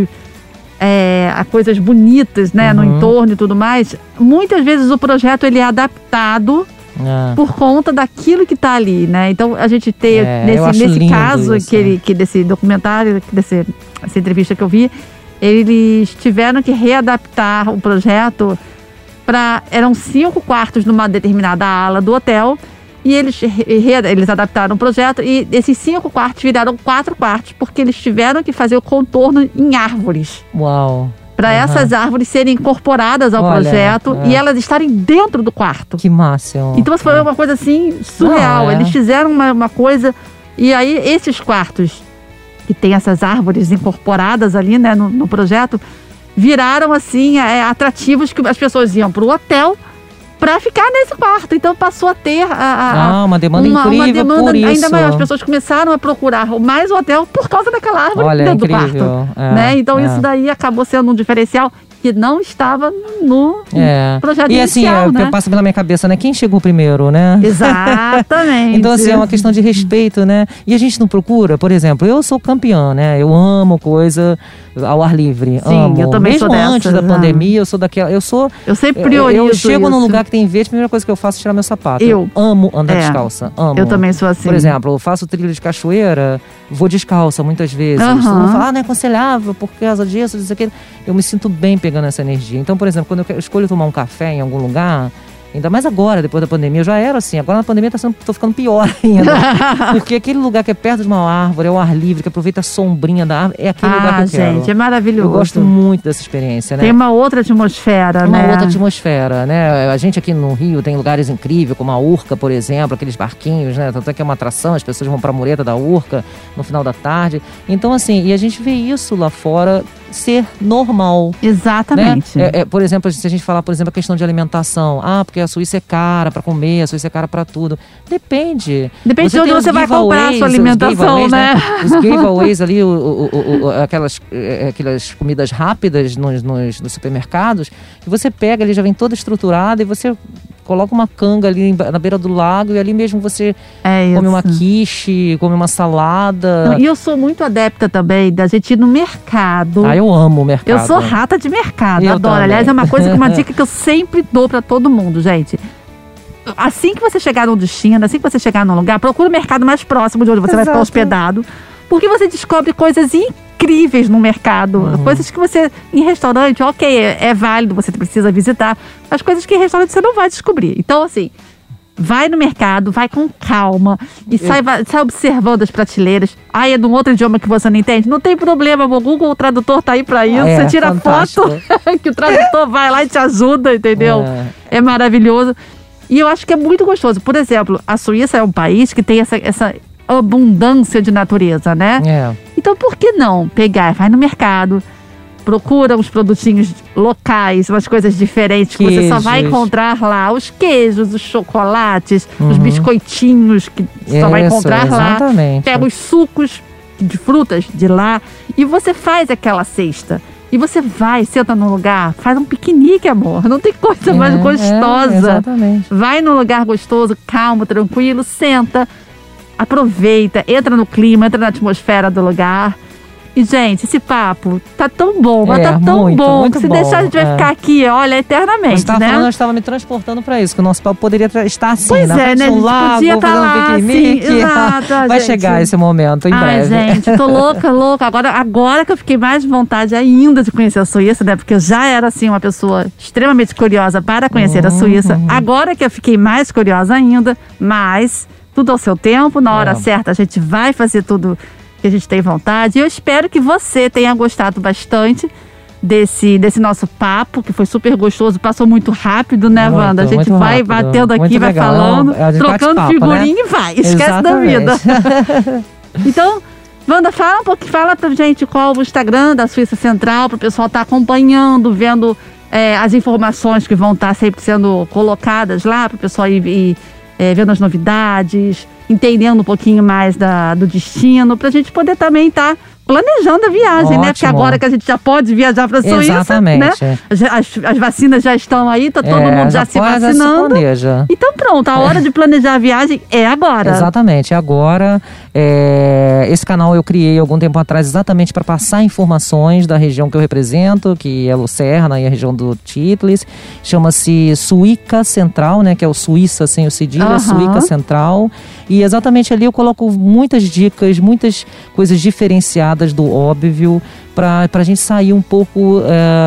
coisas bonitas, né, no entorno e tudo mais, muitas vezes o projeto ele é adaptado por conta daquilo que está ali, né? Então a gente tem nesse caso desse documentário, dessa entrevista que eu vi, eles tiveram que readaptar o projeto eram 5 quartos numa determinada ala do hotel. E eles adaptaram o projeto e esses 5 quartos viraram 4 quartos, porque eles tiveram que fazer o contorno em árvores. Uau! Para essas árvores serem incorporadas ao projeto e elas estarem dentro do quarto. Que máximo! Então foi uma coisa assim surreal. Eles fizeram uma coisa. E aí esses quartos que tem essas árvores incorporadas ali, né, no projeto, viraram assim atrativos que as pessoas iam para o hotel para ficar nesse quarto. Então passou a ter uma demanda incrível, uma demanda por ainda isso. maior. As pessoas começaram a procurar mais o hotel por causa daquela árvore dentro do quarto. Né? Então isso daí acabou sendo um diferencial que não estava no projeto inicial. E assim, passa pela minha cabeça, né? Quem chegou primeiro, né? Exatamente. Então, assim, é uma questão de respeito, né? E a gente não procura, por exemplo, eu sou campeã, né? Eu amo coisa ao ar livre. Sim, amo. Eu também Mesmo sou dessa, antes da pandemia, eu sou daquela. Eu sempre priorizo Eu chego isso. num lugar que tem verde, a primeira coisa que eu faço é tirar meu sapato. Eu amo andar descalça. Amo. Eu também sou assim. Por exemplo, eu faço trilha de cachoeira, vou descalça muitas vezes. Todo mundo fala, não é aconselhável por causa disso, disso, aquilo. Eu me sinto bem pegando essa energia. Então, por exemplo, quando eu escolho tomar um café em algum lugar, ainda mais agora, depois da pandemia, eu já era assim. Agora na pandemia tô ficando pior ainda. Porque aquele lugar que é perto de uma árvore, é o ar livre, que aproveita a sombrinha da árvore, é aquele lugar que eu quero. Gente, é maravilhoso. Eu gosto muito dessa experiência, né? Tem uma outra atmosfera, né? Uma outra atmosfera, né? A gente aqui no Rio tem lugares incríveis, como a Urca, por exemplo, aqueles barquinhos, né? Tanto é que é uma atração, as pessoas vão pra mureta da Urca no final da tarde. Então, assim, e a gente vê isso lá fora ser normal. Exatamente. Né? Por exemplo, se a gente falar, por exemplo, a questão de alimentação. Porque a Suíça é cara para comer, a Suíça é cara para tudo. Depende. Depende de onde você vai comprar a sua alimentação, né? Os giveaways ali, aquelas comidas rápidas nos supermercados, que você pega ali, já vem toda estruturada e você coloca uma canga ali na beira do lago e ali mesmo você come uma quiche, come uma salada. E eu sou muito adepta também da gente ir no mercado. Eu amo o mercado. Eu sou rata de mercado, eu adoro. Também. Aliás, é uma dica que eu sempre dou pra todo mundo, gente. Assim que você chegar no destino, assim que você chegar num lugar, procura o mercado mais próximo de onde você vai ficar hospedado. Porque você descobre coisas incríveis no mercado. Coisas que você, em restaurante, é válido, você precisa visitar. As coisas que em restaurante você não vai descobrir. Então, assim, vai no mercado, vai com calma e sai observando as prateleiras. É de um outro idioma que você não entende? Não tem problema, o Google Tradutor tá aí pra isso. Você tira fantástico. foto que o tradutor vai lá e te ajuda, entendeu? É maravilhoso. E eu acho que é muito gostoso. Por exemplo, a Suíça é um país que tem essa abundância de natureza, né? Então, por que não vai no mercado, procura uns produtinhos locais, umas coisas diferentes que você só vai encontrar lá. Os queijos, os chocolates, os biscoitinhos que só vai encontrar lá. Pega os sucos de frutas de lá e você faz aquela cesta. E você senta num lugar, faz um piquenique, amor. Não tem coisa mais gostosa. Exatamente. Vai num lugar gostoso, calmo, tranquilo, senta, aproveita, entra no clima, entra na atmosfera do lugar. E, gente, esse papo tá tão bom, mas tá tão bom, que se deixar a gente vai ficar aqui, olha, eternamente, falando, eu estava me transportando para isso, que o nosso papo poderia estar assim, pois né? Um lago, podia estar lá, um piquenique. Assim, exato, vai chegar esse momento em breve. Gente, tô louca. Agora que eu fiquei mais de vontade ainda de conhecer a Suíça, né? Porque eu já era, assim, uma pessoa extremamente curiosa para conhecer a Suíça. Agora que eu fiquei mais curiosa ainda, mas tudo ao seu tempo, na hora certa a gente vai fazer tudo que a gente tem vontade. E eu espero que você tenha gostado bastante desse nosso papo, que foi super gostoso, passou muito rápido, né, Wanda? A gente vai rápido, batendo aqui, vai legal. Falando, trocando figurinha, né? E vai, esquece da vida. Então, Wanda, fala pra gente qual o Instagram da Suíça Central, pro pessoal estar acompanhando, vendo as informações que vão estar sempre sendo colocadas lá, pro pessoal ir vendo as novidades, entendendo um pouquinho mais do destino, pra gente poder também estar planejando a viagem, né? Porque agora que a gente já pode viajar para a Suíça, exatamente, né? As vacinas já estão aí, tá todo mundo já se vacinando. Então pronto, a hora de planejar a viagem é agora. Exatamente, agora. Esse canal eu criei algum tempo atrás exatamente para passar informações da região que eu represento, que é Lucerna e a região do Titlis. Chama-se Suíca Central, né? Que é o Suíça sem o cedilha, Suíca Central. E exatamente ali eu coloco muitas dicas, muitas coisas diferenciadas do óbvio, para a gente sair um pouco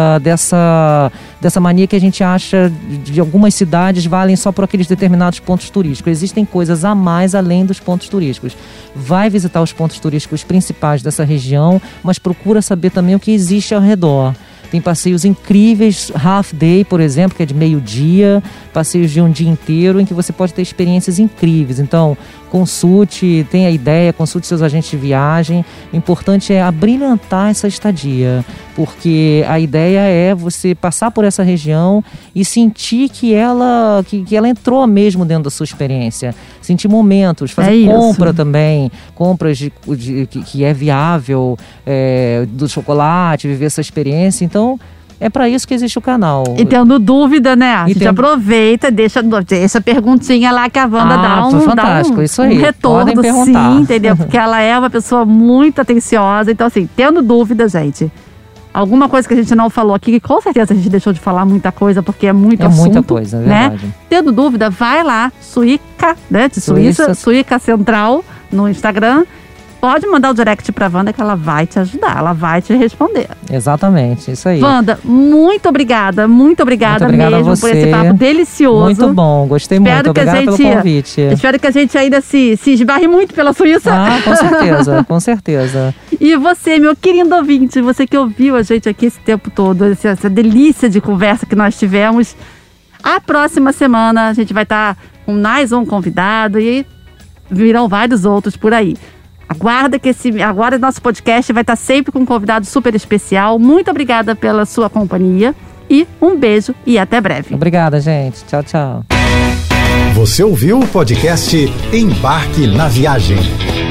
dessa mania que a gente acha de algumas cidades valem só por aqueles determinados pontos turísticos. Existem coisas a mais além dos pontos turísticos. Vai visitar os pontos turísticos principais dessa região, mas procura saber também o que existe ao redor. Tem passeios incríveis, half day, por exemplo, que é de meio-dia, passeios de um dia inteiro, em que você pode ter experiências incríveis. Então, consulte, tenha ideia, consulte seus agentes de viagem. O importante é abrilhantar essa estadia, porque a ideia é você passar por essa região e sentir que ela entrou mesmo dentro da sua experiência. Sentir momentos, fazer compra também, compras que é viável, do chocolate, viver essa experiência. Então, é para isso que existe o canal. E tendo dúvida, né? A gente aproveita, deixa essa perguntinha lá que a Wanda dá isso aí. Um retorno, sim, entendeu? Porque ela é uma pessoa muito atenciosa. Então, assim, tendo dúvida, gente, alguma coisa que a gente não falou aqui, que com certeza a gente deixou de falar muita coisa, porque é muito assunto. É muita coisa, é verdade. Né? Tendo dúvida, vai lá, Suíca, né? De Suíça, Suíca Central, no Instagram. Pode mandar o direct pra Wanda que ela vai te ajudar, ela vai te responder. Exatamente, isso aí. Wanda, muito obrigada mesmo por esse papo delicioso. Muito bom, gostei muito, obrigada pelo convite. Espero que a gente ainda se esbarre muito pela Suíça. Com certeza, com certeza. E você, meu querido ouvinte, você que ouviu a gente aqui esse tempo todo, essa delícia de conversa que nós tivemos, a próxima semana a gente vai estar com mais um convidado e virão vários outros por aí. Aguarda que agora nosso podcast vai estar sempre com um convidado super especial. Muito obrigada pela sua companhia e um beijo e até breve. Obrigada, gente. Tchau, tchau. Você ouviu o podcast Embarque na Viagem.